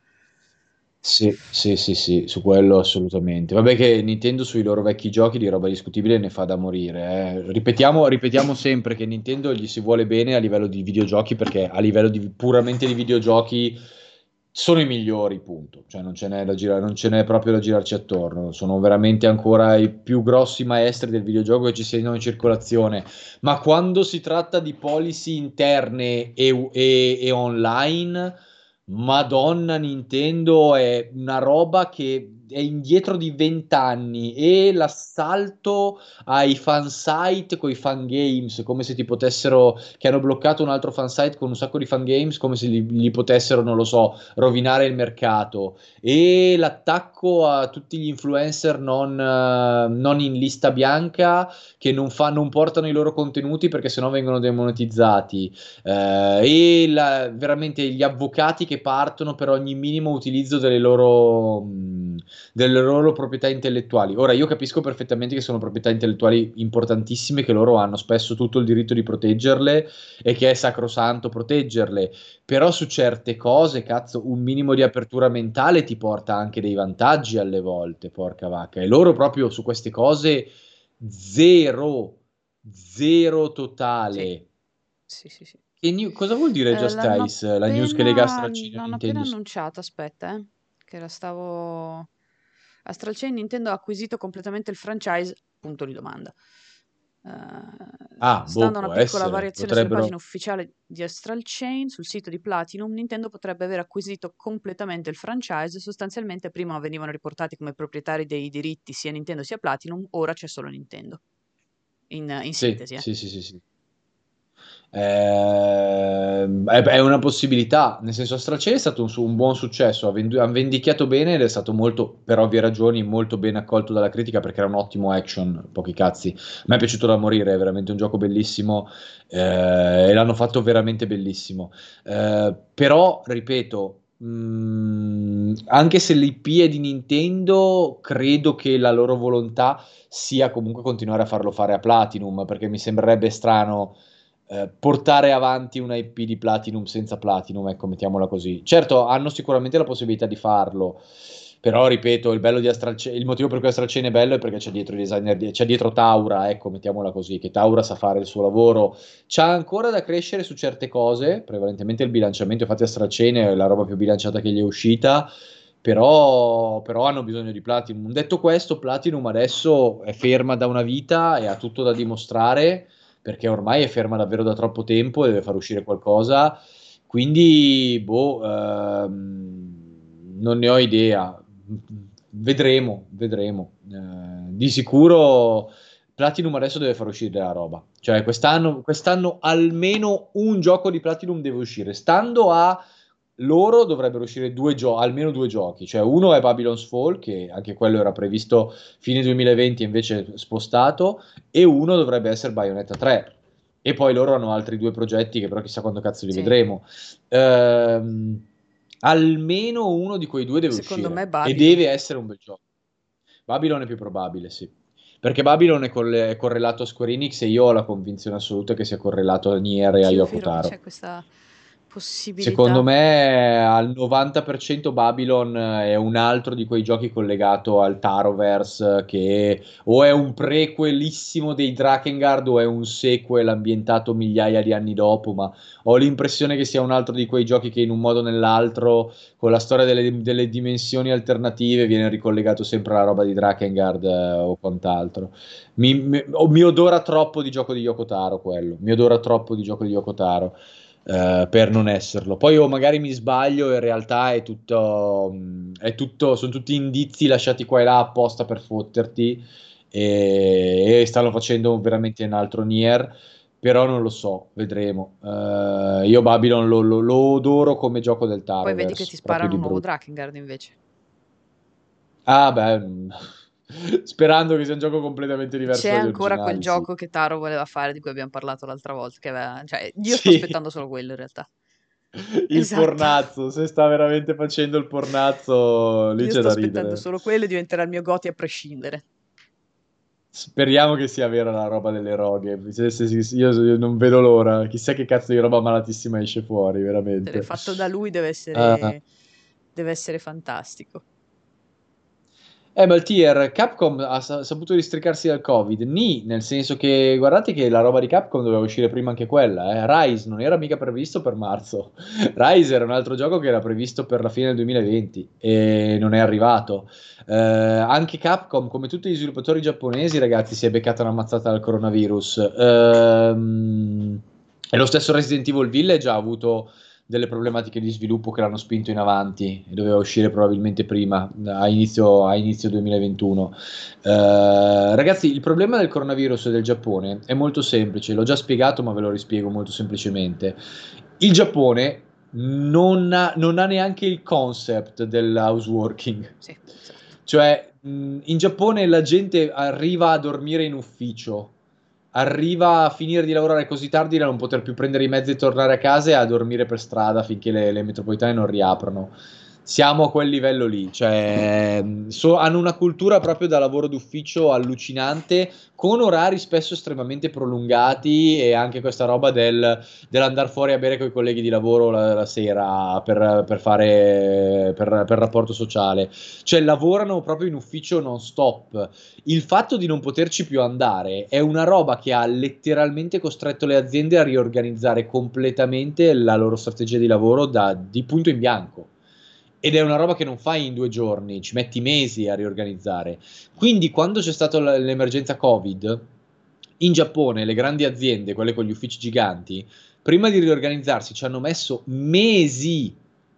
Sì, sì, sì, sì, su quello assolutamente. Vabbè che Nintendo sui loro vecchi giochi di roba discutibile ne fa da morire. eh. Ripetiamo, ripetiamo sempre che Nintendo gli si vuole bene a livello di videogiochi perché a livello di, puramente di videogiochi sono i migliori, punto. Cioè non ce n'è da girare, non ce n'è proprio da girarci attorno. Sono veramente ancora i più grossi maestri del videogioco che ci siano in circolazione. Ma quando si tratta di policy interne e e- e online... Madonna, Nintendo è una roba che è indietro di vent'anni e l'assalto ai fansite con i fangames, come se ti potessero, che hanno bloccato un altro fansite con un sacco di fangames, come se li, li potessero, non lo so, rovinare il mercato. E l'attacco a tutti gli influencer non, eh, non in lista bianca che non, fa, non portano i loro contenuti perché sennò vengono demonetizzati eh, e la- veramente gli avvocati che partono per ogni minimo utilizzo delle loro, mh, delle loro proprietà intellettuali. Ora, io capisco perfettamente che sono proprietà intellettuali importantissime, che loro hanno spesso tutto il diritto di proteggerle e che è sacrosanto proteggerle, però su certe cose, cazzo, un minimo di apertura mentale ti porta anche dei vantaggi alle volte, porca vacca. E loro proprio su queste cose zero, zero sì, totale. sì, sì, sì. Che new- cosa vuol dire Eh, Just l'hanno Ice? La news che lega appena, Stracchino a l'hanno appena Nintendo? annunciato, aspetta, eh, che la stavo... Astral Chain Nintendo ha acquisito completamente il franchise, punto di domanda. Eh, Ah, boh, stando a una può piccola essere. variazione sulle pagine Potrebbero... ufficiali di Astral Chain, sul sito di Platinum, Nintendo potrebbe aver acquisito completamente il franchise. Sostanzialmente prima venivano riportati come proprietari dei diritti sia Nintendo sia Platinum, ora c'è solo Nintendo. In, in Sì, sintesi, eh. sì, sì, sì, sì. Ehm, è, è una possibilità, nel senso Astracene è stato un, su- un buon successo, ha vendu- ha vendicchiato bene ed è stato molto, per ovvie ragioni, molto ben accolto dalla critica perché era un ottimo action, pochi cazzi. A me è piaciuto da morire, è veramente un gioco bellissimo eh, e l'hanno fatto veramente bellissimo. Eh, però, ripeto, mh, anche se l'I P è di Nintendo, credo che la loro volontà sia comunque continuare a farlo fare a Platinum, perché mi sembrerebbe strano eh, portare avanti una I P di Platinum senza Platinum, ecco, mettiamola così. Certo, hanno sicuramente la possibilità di farlo, però ripeto, il bello di Astral Chain- il motivo per cui Astral Chain è bello è perché c'è dietro i designer, di- c'è dietro Taura, ecco, mettiamola così, che Taura sa fare il suo lavoro. C'ha ancora da crescere su certe cose, prevalentemente il bilanciamento, infatti Astral Chain è la roba più bilanciata che gli è uscita. Però, però hanno bisogno di Platinum. Detto questo, Platinum adesso è ferma da una vita e ha tutto da dimostrare perché ormai è ferma davvero da troppo tempo e deve far uscire qualcosa. Quindi, boh, ehm, non ne ho idea. Vedremo, vedremo. Eh, di sicuro Platinum adesso deve far uscire la roba. Cioè, quest'anno, quest'anno almeno un gioco di Platinum deve uscire. Stando a loro dovrebbero uscire due gio- almeno due giochi. Cioè, uno è Babylon's Fall, che anche quello era previsto fine duemilaventi e invece spostato, e uno dovrebbe essere Bayonetta tre. E poi loro hanno altri due progetti che però chissà quando cazzo li Sì. vedremo. Ehm, almeno uno di quei due deve Secondo uscire. me E Babylon. deve essere un bel gioco. Babylon è più probabile, sì. Perché Babylon è, colle- è correlato a Square Enix e io ho la convinzione assoluta che sia correlato a Nier e a Sì, è Yoko vero che c'è Taro. questa Secondo possibilità. me al novanta per cento Babylon è un altro di quei giochi collegato al Taroverse che o è un prequelissimo dei Drakengard o è un sequel ambientato migliaia di anni dopo, ma ho l'impressione che sia un altro di quei giochi che in un modo o nell'altro con la storia delle, delle dimensioni alternative viene ricollegato sempre alla roba di Drakengard eh, o quant'altro. Mi, mi, oh, mi odora troppo di gioco di Yoko Taro quello, mi odora troppo di gioco di Yoko Taro eh, per non esserlo. Poi o magari mi sbaglio, in realtà è tutto, mh, è tutto, sono tutti indizi lasciati qua e là apposta per fotterti e, e stanno facendo veramente un altro Nier. Però non lo so, vedremo. Eh, io Babylon lo, lo- lo adoro come gioco del Poi vedi che Taroverse, ti proprio sparano di un nuovo brutto. Drakengard invece. Ah, beh, mm, sperando che sia un gioco completamente C'è diverso dagli ancora quel originali, sì. gioco che Taro voleva fare di cui abbiamo parlato l'altra volta. Che aveva... cioè, io sto Sì, aspettando solo quello in realtà. il Esatto. pornazzo, se sta veramente facendo il pornazzo, lì Io c'è sto da aspettando ridere. solo quello e diventerà il mio Goti a prescindere. Speriamo che sia vera la roba delle roghe. Se- se- se- io, io non vedo l'ora. Chissà che cazzo di roba malatissima esce fuori, Se l'è veramente. fatto da lui deve Ah. essere... deve essere fantastico. Eh, ma il tier Capcom ha sa- saputo districarsi dal Covid. Nì, nel senso che guardate che la roba di Capcom doveva uscire prima anche quella. Eh. Rise non era mica previsto per marzo. Rise era un altro gioco che era previsto per la fine del duemilaventi e non è arrivato. Eh, anche Capcom, come tutti gli sviluppatori giapponesi, ragazzi, si è beccata una mazzata dal coronavirus. Ehm, e lo stesso Resident Evil Village ha avuto delle problematiche di sviluppo che l'hanno spinto in avanti e doveva uscire probabilmente prima, a inizio, a inizio duemilaventuno. Eh, ragazzi, il problema del coronavirus e del Giappone è molto semplice, l'ho già spiegato, ma ve lo rispiego molto semplicemente. Il Giappone non ha, non ha neanche il concept del houseworking. Sì, esatto. Cioè, mh, in Giappone la gente arriva a dormire in ufficio, arriva a finire di lavorare così tardi da non poter più prendere i mezzi e tornare a casa e a dormire per strada finché le, le metropolitane non riaprono. Siamo a quel livello lì, cioè mh, so- hanno una cultura proprio da lavoro d'ufficio allucinante, con orari spesso estremamente prolungati e anche questa roba del, dell'andare fuori a bere con i colleghi di lavoro la, la sera per, per fare per, per rapporto sociale. Cioè lavorano proprio in ufficio non stop. Il fatto di non poterci più andare è una roba che ha letteralmente costretto le aziende a riorganizzare completamente la loro strategia di lavoro da, di punto in bianco. Ed è una roba che non fai in due giorni, ci metti mesi a riorganizzare. Quindi, quando c'è stata l- l'emergenza Covid, in Giappone le grandi aziende, quelle con gli uffici giganti, prima di riorganizzarsi ci hanno messo mesi,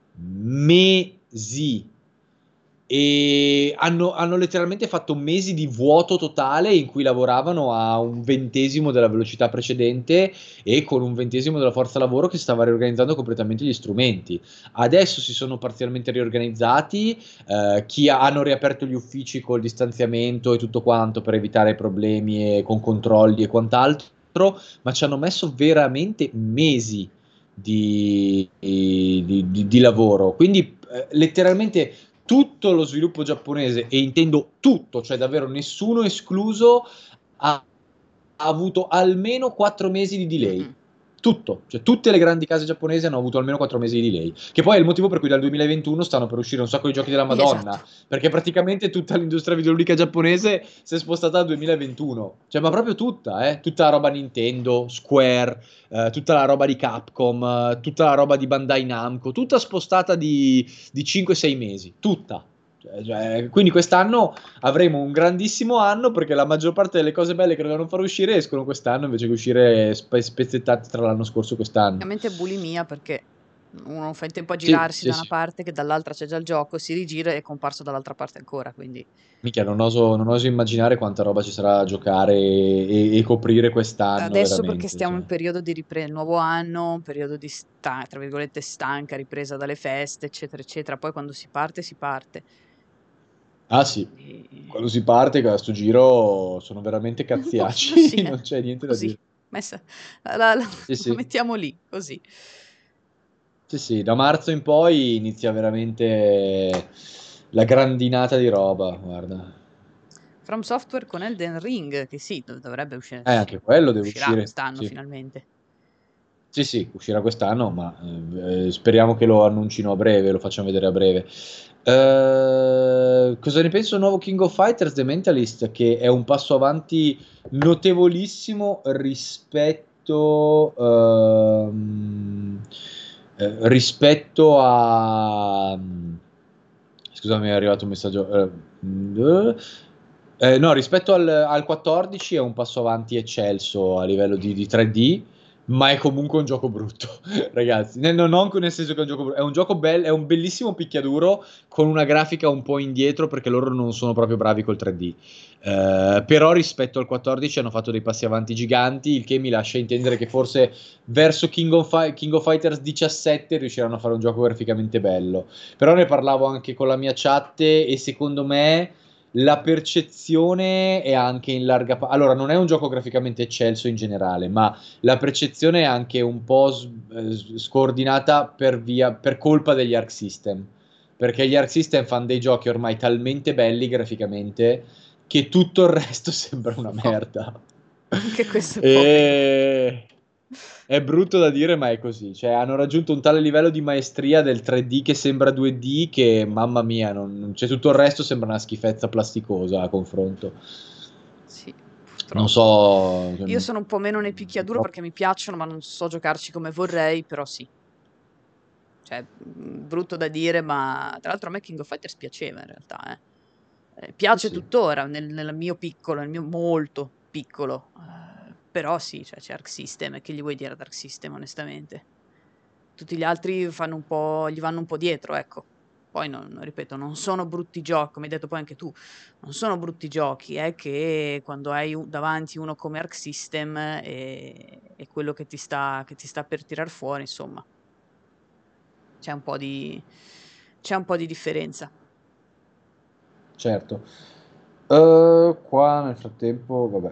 mesi e hanno, hanno letteralmente fatto mesi di vuoto totale in cui lavoravano a un ventesimo della velocità precedente e con un ventesimo della forza lavoro che stava riorganizzando completamente gli strumenti. Adesso si sono parzialmente riorganizzati, eh, chi ha- hanno riaperto gli uffici col distanziamento e tutto quanto per evitare problemi e con controlli e quant'altro, ma ci hanno messo veramente mesi di, di, di- di lavoro. Quindi eh, letteralmente tutto lo sviluppo giapponese, e intendo tutto, cioè davvero nessuno escluso, ha, ha avuto almeno quattro mesi di delay. Mm-mm. Tutto, cioè tutte le grandi case giapponesi hanno avuto almeno quattro mesi di delay, che poi è il motivo per cui dal duemilaventuno stanno per uscire un sacco di giochi della Esatto. Madonna, perché praticamente tutta l'industria videoludica giapponese si è spostata al duemilaventuno, cioè ma proprio tutta, eh? Tutta la roba Nintendo, Square, eh, tutta la roba di Capcom, eh, tutta la roba di Bandai Namco, tutta spostata di, di cinque sei mesi, tutta. Cioè, cioè, quindi quest'anno avremo un grandissimo anno perché la maggior parte delle cose belle che dovevano far uscire escono quest'anno invece che uscire spe- spezzettate tra l'anno scorso e quest'anno. Ovviamente bulimia perché Uno non fa in tempo a Sì, girarsi sì, da una sì. parte che dall'altra c'è già il gioco, si rigira e è comparso dall'altra parte ancora, quindi Minchia, non oso, non oso immaginare quanta roba ci sarà da giocare e, e coprire quest'anno, adesso perché veramente. stiamo Cioè. in periodo di ripresa, nuovo anno, un periodo di sta- tra virgolette stanca, ripresa dalle feste, eccetera, eccetera. Poi quando si parte, si parte. Ah sì, Quindi... quando si parte a sto giro sono veramente Così, cazziacci, eh. non c'è niente da Così. dire. Messa... La, la- la- Sì, la sì. mettiamo lì, così. Sì, sì, da marzo in poi inizia veramente la grandinata di roba, guarda. From Software con Elden Ring, che sì, dov- dovrebbe uscire, Eh, sì, anche quello deve uscirà uscire. quest'anno Sì, finalmente. sì, sì, uscirà quest'anno, ma eh, speriamo che lo annuncino a breve, lo facciano vedere a breve. Eh, cosa ne penso del nuovo King of Fighters The Mentalist? Che è un passo avanti notevolissimo rispetto, ehm, eh, rispetto a... Scusami, è arrivato un messaggio. eh, mm, eh, no, rispetto al, al quattordici è un passo avanti eccelso a livello di, di tre D, ma è comunque un gioco brutto, ragazzi. Nel- non non nel senso che è un gioco brutto, è un gioco bello, è un bellissimo picchiaduro con una grafica un po' indietro perché loro non sono proprio bravi col tre D. Eh, però rispetto al quattordici hanno fatto dei passi avanti giganti, il che mi lascia intendere che forse verso King of, Fi- King of Fighters diciassette riusciranno a fare un gioco graficamente bello. Però ne parlavo anche con la mia chat e secondo me la percezione è anche in larga parte. Allora, non è un gioco graficamente eccelso in generale, ma la percezione è anche un po' s- eh, scordinata per via, per colpa degli Arc System. Perché gli Arc System fanno dei giochi ormai talmente belli graficamente che tutto il resto sembra una Oh, merda. anche questo è poco vero. E... È brutto da dire, ma è così. Cioè, hanno raggiunto un tale livello di maestria del tre D che sembra due D che, mamma mia, non... non- cioè, tutto il resto sembra una schifezza plasticosa a confronto. Sì, Non purtroppo. so... cioè, Io non- sono un po' meno nei picchiaduro perché mi piacciono, ma non so giocarci come vorrei, però sì. Cioè, mh, brutto da dire, ma tra l'altro a me King of Fighters piaceva in realtà, eh. Eh, Sì, piace sì. tuttora nel, nel mio piccolo, nel mio molto piccolo. Eh, però sì, cioè, c'è Arc System, e che gli vuoi dire ad Arc System, onestamente? Tutti gli altri fanno un po', gli vanno un po' dietro, ecco. Poi, non, ripeto, non sono brutti giochi, come hai detto poi anche tu, non sono brutti giochi, è che quando hai un- davanti uno come Arc System è, è quello che ti sta, che ti sta per tirar fuori, insomma, c'è un po' di, c'è un po' di differenza. Certo. Eh, qua nel frattempo, vabbè.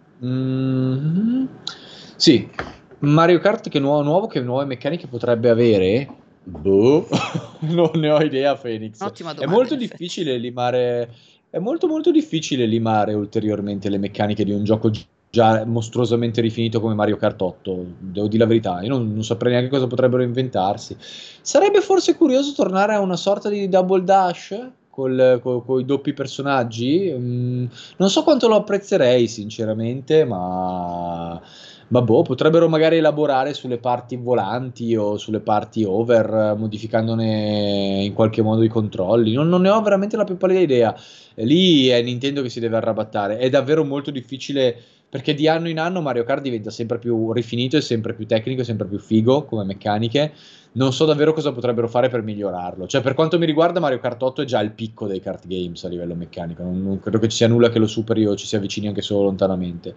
Mm, sì, Mario Kart che nuovo, nuovo, che nuove meccaniche potrebbe avere? Boh, non ne ho idea, Phoenix. Ottima È domanda, in molto effetti. difficile limare, è molto molto difficile limare ulteriormente le meccaniche di un gioco gi- già mostruosamente rifinito come Mario Kart otto. Devo dire la verità, io non, non saprei neanche cosa potrebbero inventarsi. Sarebbe forse curioso tornare a una sorta di double dash con i doppi personaggi. Mm, non so quanto lo apprezzerei, sinceramente, ma, ma boh, potrebbero magari elaborare sulle parti volanti o sulle parti over, eh, modificandone in qualche modo i controlli. Non, non ne ho veramente la più pallida idea. E lì è Nintendo che si deve arrabattare. È davvero molto difficile. Perché di anno in anno Mario Kart diventa sempre più rifinito e sempre più tecnico e sempre più figo come meccaniche. Non so davvero cosa potrebbero fare per migliorarlo. Cioè, per quanto mi riguarda, Mario Kart otto è già il picco dei kart games a livello meccanico. Non, non credo che ci sia nulla che lo superi o ci si avvicini anche solo lontanamente.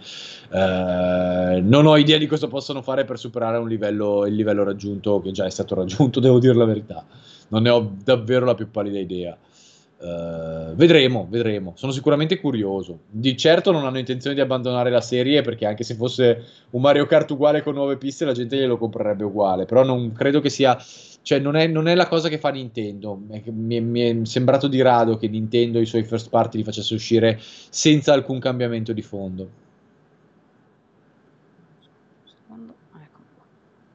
Eh, non ho idea di cosa possono fare per superare un livello, il livello raggiunto, che già è stato raggiunto, devo dire la verità. Non ne ho davvero la più pallida idea. Eh, vedremo, vedremo. Sono sicuramente curioso. Di certo non hanno intenzione di abbandonare la serie perché anche se fosse un Mario Kart uguale con nuove piste, la gente glielo comprerebbe uguale. Però non credo che sia. Cioè, non è, non è la cosa che fa Nintendo. È che mi, è mi è sembrato di rado che Nintendo i suoi first party li facesse uscire senza alcun cambiamento di fondo. Secondo, ah, eccomi qua.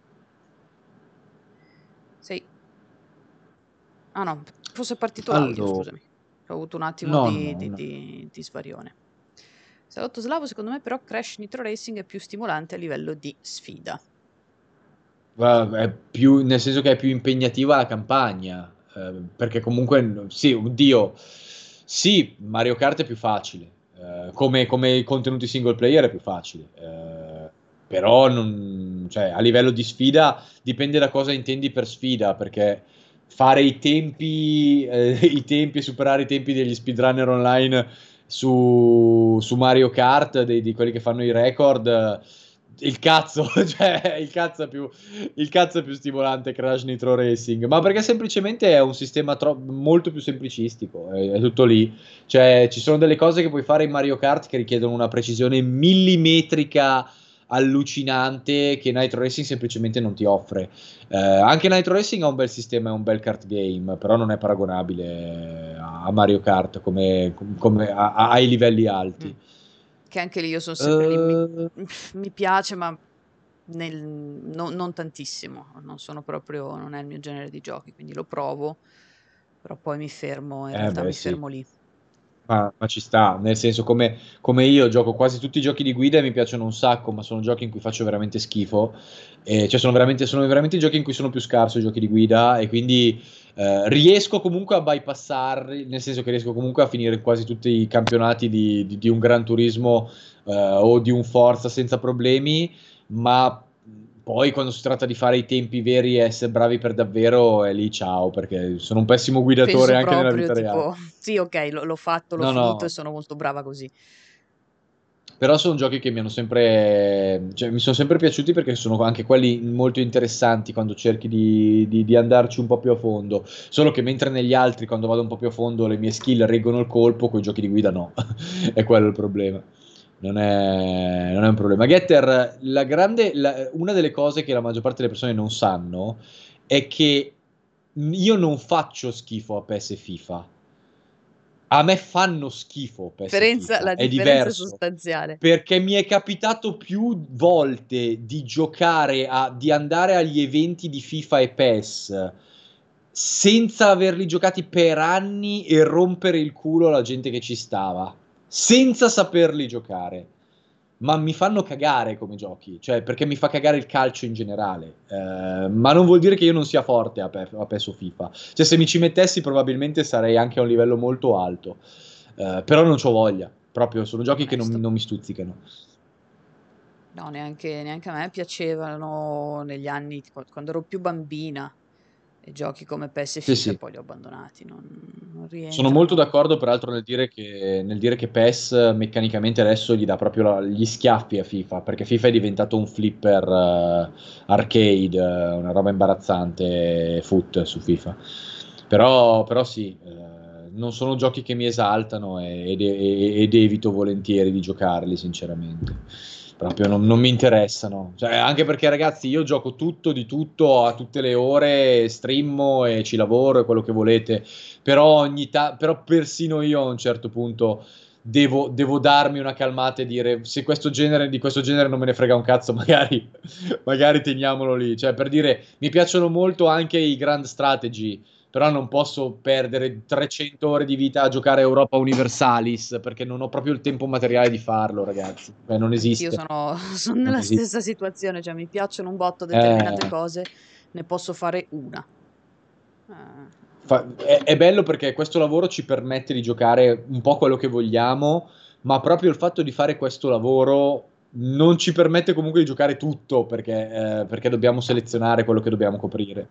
Sì. Ah no, fosse partito l'audio, Allora, scusami. Ho avuto un attimo no, di, no, di, no. di, di svarione. Salotto Slavo, secondo me però Crash Nitro Racing è più stimolante a livello di sfida. Va- È più, nel senso che è più impegnativa la campagna. Eh, perché comunque, sì, oddio, sì, Mario Kart è più facile. Eh, come, come i contenuti single player è più facile. Eh, però non, cioè, a livello di sfida dipende da cosa intendi per sfida, perché fare i tempi, eh, i tempi e superare i tempi degli speedrunner online su, su Mario Kart, dei- di quelli che fanno i record, eh, il cazzo, cioè il cazzo è più, il cazzo è più stimolante Crash Nitro Racing, ma perché semplicemente è un sistema tro- molto più semplicistico, è, è tutto lì. Cioè, ci sono delle cose che puoi fare in Mario Kart che richiedono una precisione millimetrica allucinante che Nitro Racing semplicemente non ti offre. Eh, anche Nitro Racing ha un bel sistema e un bel kart game, però non è paragonabile a Mario Kart come, come a- a- ai livelli Mm. alti. Che anche lì io sono sempre lì, mi, Eh, mi piace, ma nel- no- non tantissimo, non sono proprio, non è il mio genere di giochi, quindi lo provo, però poi mi fermo, in eh realtà beh, mi sì. fermo lì. Ma, ma ci sta, nel senso come, come io gioco quasi tutti i giochi di guida e mi piacciono un sacco, ma sono giochi in cui faccio veramente schifo. E, cioè sono veramente, sono veramente i giochi in cui sono più scarso i giochi di guida e quindi eh, riesco comunque a bypassarli, nel senso che riesco comunque a finire quasi tutti i campionati di, di- di un Gran Turismo eh, o di un Forza senza problemi, ma poi quando si tratta di fare i tempi veri e essere bravi per davvero, è lì ciao, perché sono un pessimo guidatore Penso anche nella proprio, vita reale. tipo, sì, ok, lo- l'ho fatto, l'ho No, finito e no, sono molto brava così. però sono giochi che mi hanno sempre, cioè, mi sono sempre piaciuti perché sono anche quelli molto interessanti quando cerchi di, di- di andarci un po' più a fondo. Solo che mentre negli altri, quando vado un po' più a fondo, le mie skill reggono il colpo, con i giochi di guida no. È quello il problema. Non è, non è un problema. Getter, la grande, la- una delle cose che la maggior parte delle persone non sanno è che io non faccio schifo a PES e FIFA. A me fanno schifo PES e Differenza- FIFA, la è differenza è diverso, sostanziale. perché mi è capitato più volte di giocare a, di andare agli eventi di FIFA e PES senza averli giocati per anni e rompere il culo alla gente che ci stava, senza saperli giocare. Ma mi fanno cagare come giochi, cioè perché mi fa cagare il calcio in generale. Eh, ma non vuol dire che io non sia forte a, Pe- a PES o FIFA. Cioè, se mi ci mettessi, probabilmente sarei anche a un livello molto alto. Eh, però non c'ho voglia. Proprio sono giochi che non, Onesto. non mi stuzzicano. No, neanche, neanche a me piacevano negli anni, qu- quando ero più bambina, e giochi come PES e Sì, FIFA sì. poi li ho abbandonati, non, non Sono molto rientrano. d'accordo, peraltro, nel dire che, nel dire che PES meccanicamente adesso gli dà proprio la- gli schiaffi a FIFA, perché FIFA è diventato un flipper eh, arcade, eh, una roba imbarazzante, foot su FIFA. Però, però sì, eh, non sono giochi che mi esaltano e- ed, e- ed evito volentieri di giocarli, sinceramente. Proprio non, non mi interessano. Cioè, anche perché, ragazzi, io gioco tutto di tutto a tutte le ore, streammo e ci lavoro e quello che volete. Però, ogni ta- però persino io a un certo punto devo, devo darmi una calmata e dire se questo genere, di questo genere non me ne frega un cazzo, magari, magari teniamolo lì. Cioè, per dire, mi piacciono molto anche i grand strategy, però non posso perdere trecento ore di vita a giocare a Europa Universalis perché non ho proprio il tempo materiale di farlo, ragazzi. Beh, non Anch'io esiste. sono, sono Non nella esiste. stessa situazione, cioè mi piacciono un botto determinate Eh, cose, ne posso fare una. Eh, fa- è, è bello perché questo lavoro ci permette di giocare un po' quello che vogliamo, ma proprio il fatto di fare questo lavoro non ci permette comunque di giocare tutto perché, eh, perché dobbiamo esatto. selezionare quello che dobbiamo coprire.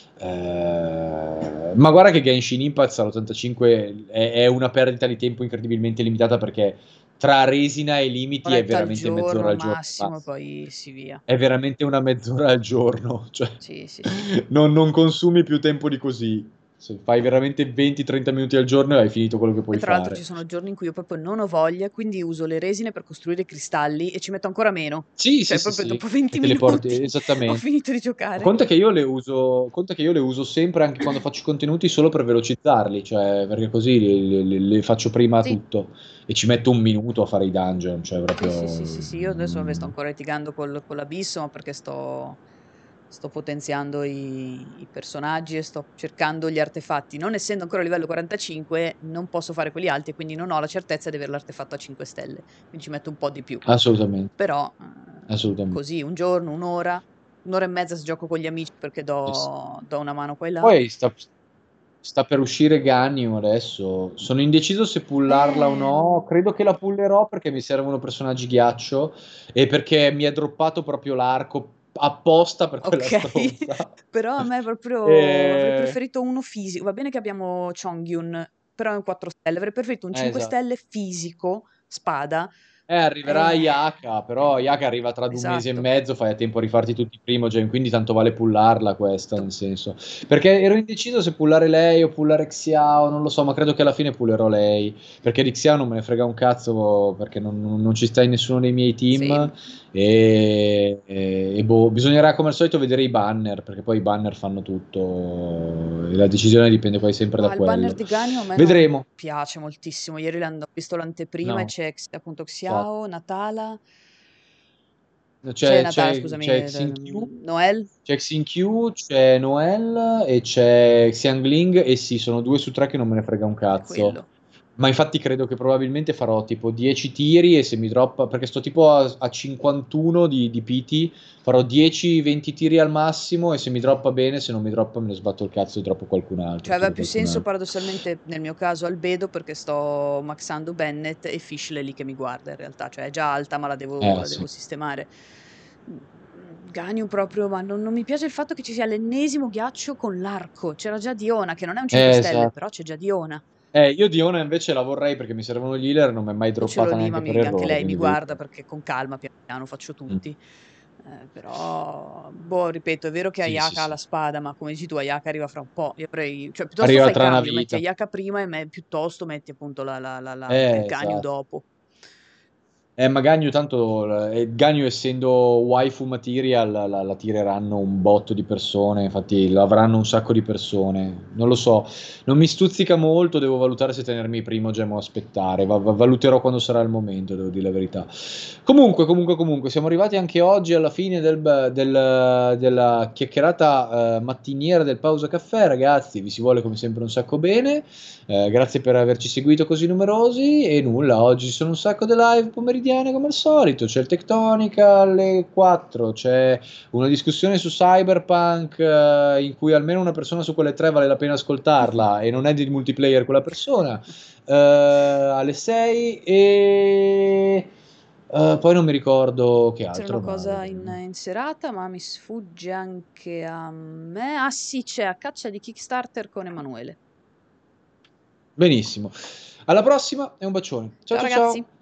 Eh, ma guarda che Genshin Impact all'ottantacinque è, è una perdita di tempo incredibilmente limitata perché tra resina e limiti è Un'oretta al veramente giorno mezz'ora al al giorno. massimo e Basta. poi si via. È veramente una mezz'ora al giorno, cioè Sì, sì, sì. non, non consumi più tempo di così. Se fai veramente venti trenta minuti al giorno e hai finito quello che Poi puoi tra l'altro fare. ci sono giorni in cui io proprio non ho voglia, quindi uso le resine per costruire cristalli e ci metto ancora meno. Sì, sì, Cioè sì, proprio sì, dopo e venti te le porti minuti ho esattamente. finito di giocare. Conta che io le uso, conta che io le uso sempre anche quando faccio contenuti solo per velocizzarli, cioè perché così le, le- le faccio prima Sì, tutto e ci metto un minuto a fare i dungeon, cioè sì, proprio. sì, sì, sì, sì. Io adesso vabbè, sto mm, ancora litigando col, con l'Abisso, ma perché sto, sto potenziando i, i personaggi e sto cercando gli artefatti. Non essendo ancora a livello quarantacinque, non posso fare quelli alti e quindi non ho la certezza di avere l'artefatto a cinque stelle. Quindi ci metto un po' di più. Assolutamente, Però eh, assolutamente. così un giorno, un'ora, un'ora e mezza se gioco con gli amici perché Sì, sì. do, do una mano qua e là. Poi sta, sta per uscire Ganyu adesso. Sono indeciso se pullarla o Eh, no. Credo che la pullerò perché mi servono personaggi ghiaccio e perché mi è droppato proprio l'arco apposta per quella ok, stronza. però a me proprio avrei E... preferito uno fisico. Va bene che abbiamo Chongyun, però è un quattro stelle. Avrei preferito un eh, cinque esatto. stelle fisico, spada. Eh, arriverà Eh, Yaka, però Yaka arriva tra un mese e esatto. mezzo, fai a tempo a rifarti tutti i Primogen, quindi tanto vale pullarla questa, nel senso. Perché ero indeciso se pullare lei o pullare Xiao, non lo so, ma credo che alla fine pullerò lei, perché di Xiao non me ne frega un cazzo, perché non, non- non ci sta in nessuno dei miei team, Same. e, e- e boh, bisognerà come al solito vedere i banner, perché poi i banner fanno tutto, e la decisione dipende poi sempre da Ah, il banner quello. di Ganyu a me non Vedremo. piace moltissimo. Ieri l'hanno- ho visto l'anteprima e No, c'è X- appunto esatto. Xiao, Natala. C'è C'è, Natala, c'è, scusami, c'è eh, Xinkyu, Noel. c'è Xinkyu, c'è Noel e c'è Xiangling e sì, sono due su tre che non me ne frega un È cazzo. quello. Ma infatti credo che probabilmente farò tipo dieci tiri e se mi droppa, perché sto tipo a, a cinquantuno di, di P T, farò dieci venti tiri al massimo e se mi droppa bene, se non mi droppa me ne sbatto il cazzo e droppo qualcun altro, Cioè aveva tiro più qualcun senso altro. paradossalmente nel mio caso Albedo perché sto maxando Bennett e Fischl è lì che mi guarda in realtà, cioè è già alta ma la devo, Eh la devo sì. sistemare. Ganyu proprio, ma non, non mi piace il fatto che ci sia l'ennesimo ghiaccio con l'arco. C'era già Diona, che non è un cinque Eh, stelle, esatto. però c'è già Diona. Eh, io Diona invece la vorrei perché mi servono gli healer, non mi è mai Io ce l'ho droppata lì, ma neanche per mi- anche errore, lei mi quindi guarda vediamo. perché con calma, piano piano faccio Mm. tutti. Eh, però, boh, ripeto, è vero che Sì, sì, Ayaka ha sì. la spada, ma come dici tu, Ayaka arriva fra un po'. Io avrei, cioè, piuttosto Arriva fai tra una cambio, metti vita. Ayaka prima e me- piuttosto metti appunto la, la, la, la- il Eh, Ganyu esatto. dopo. Eh, ma Ganyu tanto, eh, Ganyu essendo waifu material la, la- la tireranno un botto di persone, infatti lo avranno un sacco di persone, non lo so, non mi stuzzica molto, devo valutare se tenermi primo gemo o aspettare, Va- va- valuterò quando sarà il momento, devo dire la verità. Comunque, comunque, comunque, siamo arrivati anche oggi alla fine del- del- della chiacchierata eh, mattiniera del Pausa Caffè, ragazzi, vi si vuole come sempre un sacco bene. Eh, grazie per averci seguito così numerosi e nulla, oggi ci sono un sacco di live pomeridiane come al solito, c'è il Tectonica alle quattro, c'è una discussione su Cyberpunk eh, in cui almeno una persona su quelle tre vale la pena ascoltarla e non è di multiplayer quella persona, eh, alle sei e eh, poi non mi ricordo che C'era una altro, ma cosa in, vedremo. in serata, ma mi sfugge anche a me. Ah sì, c'è a caccia di Kickstarter con Emanuele. Benissimo, alla prossima e un bacione, ciao Ciao ciao ciao! ragazzi!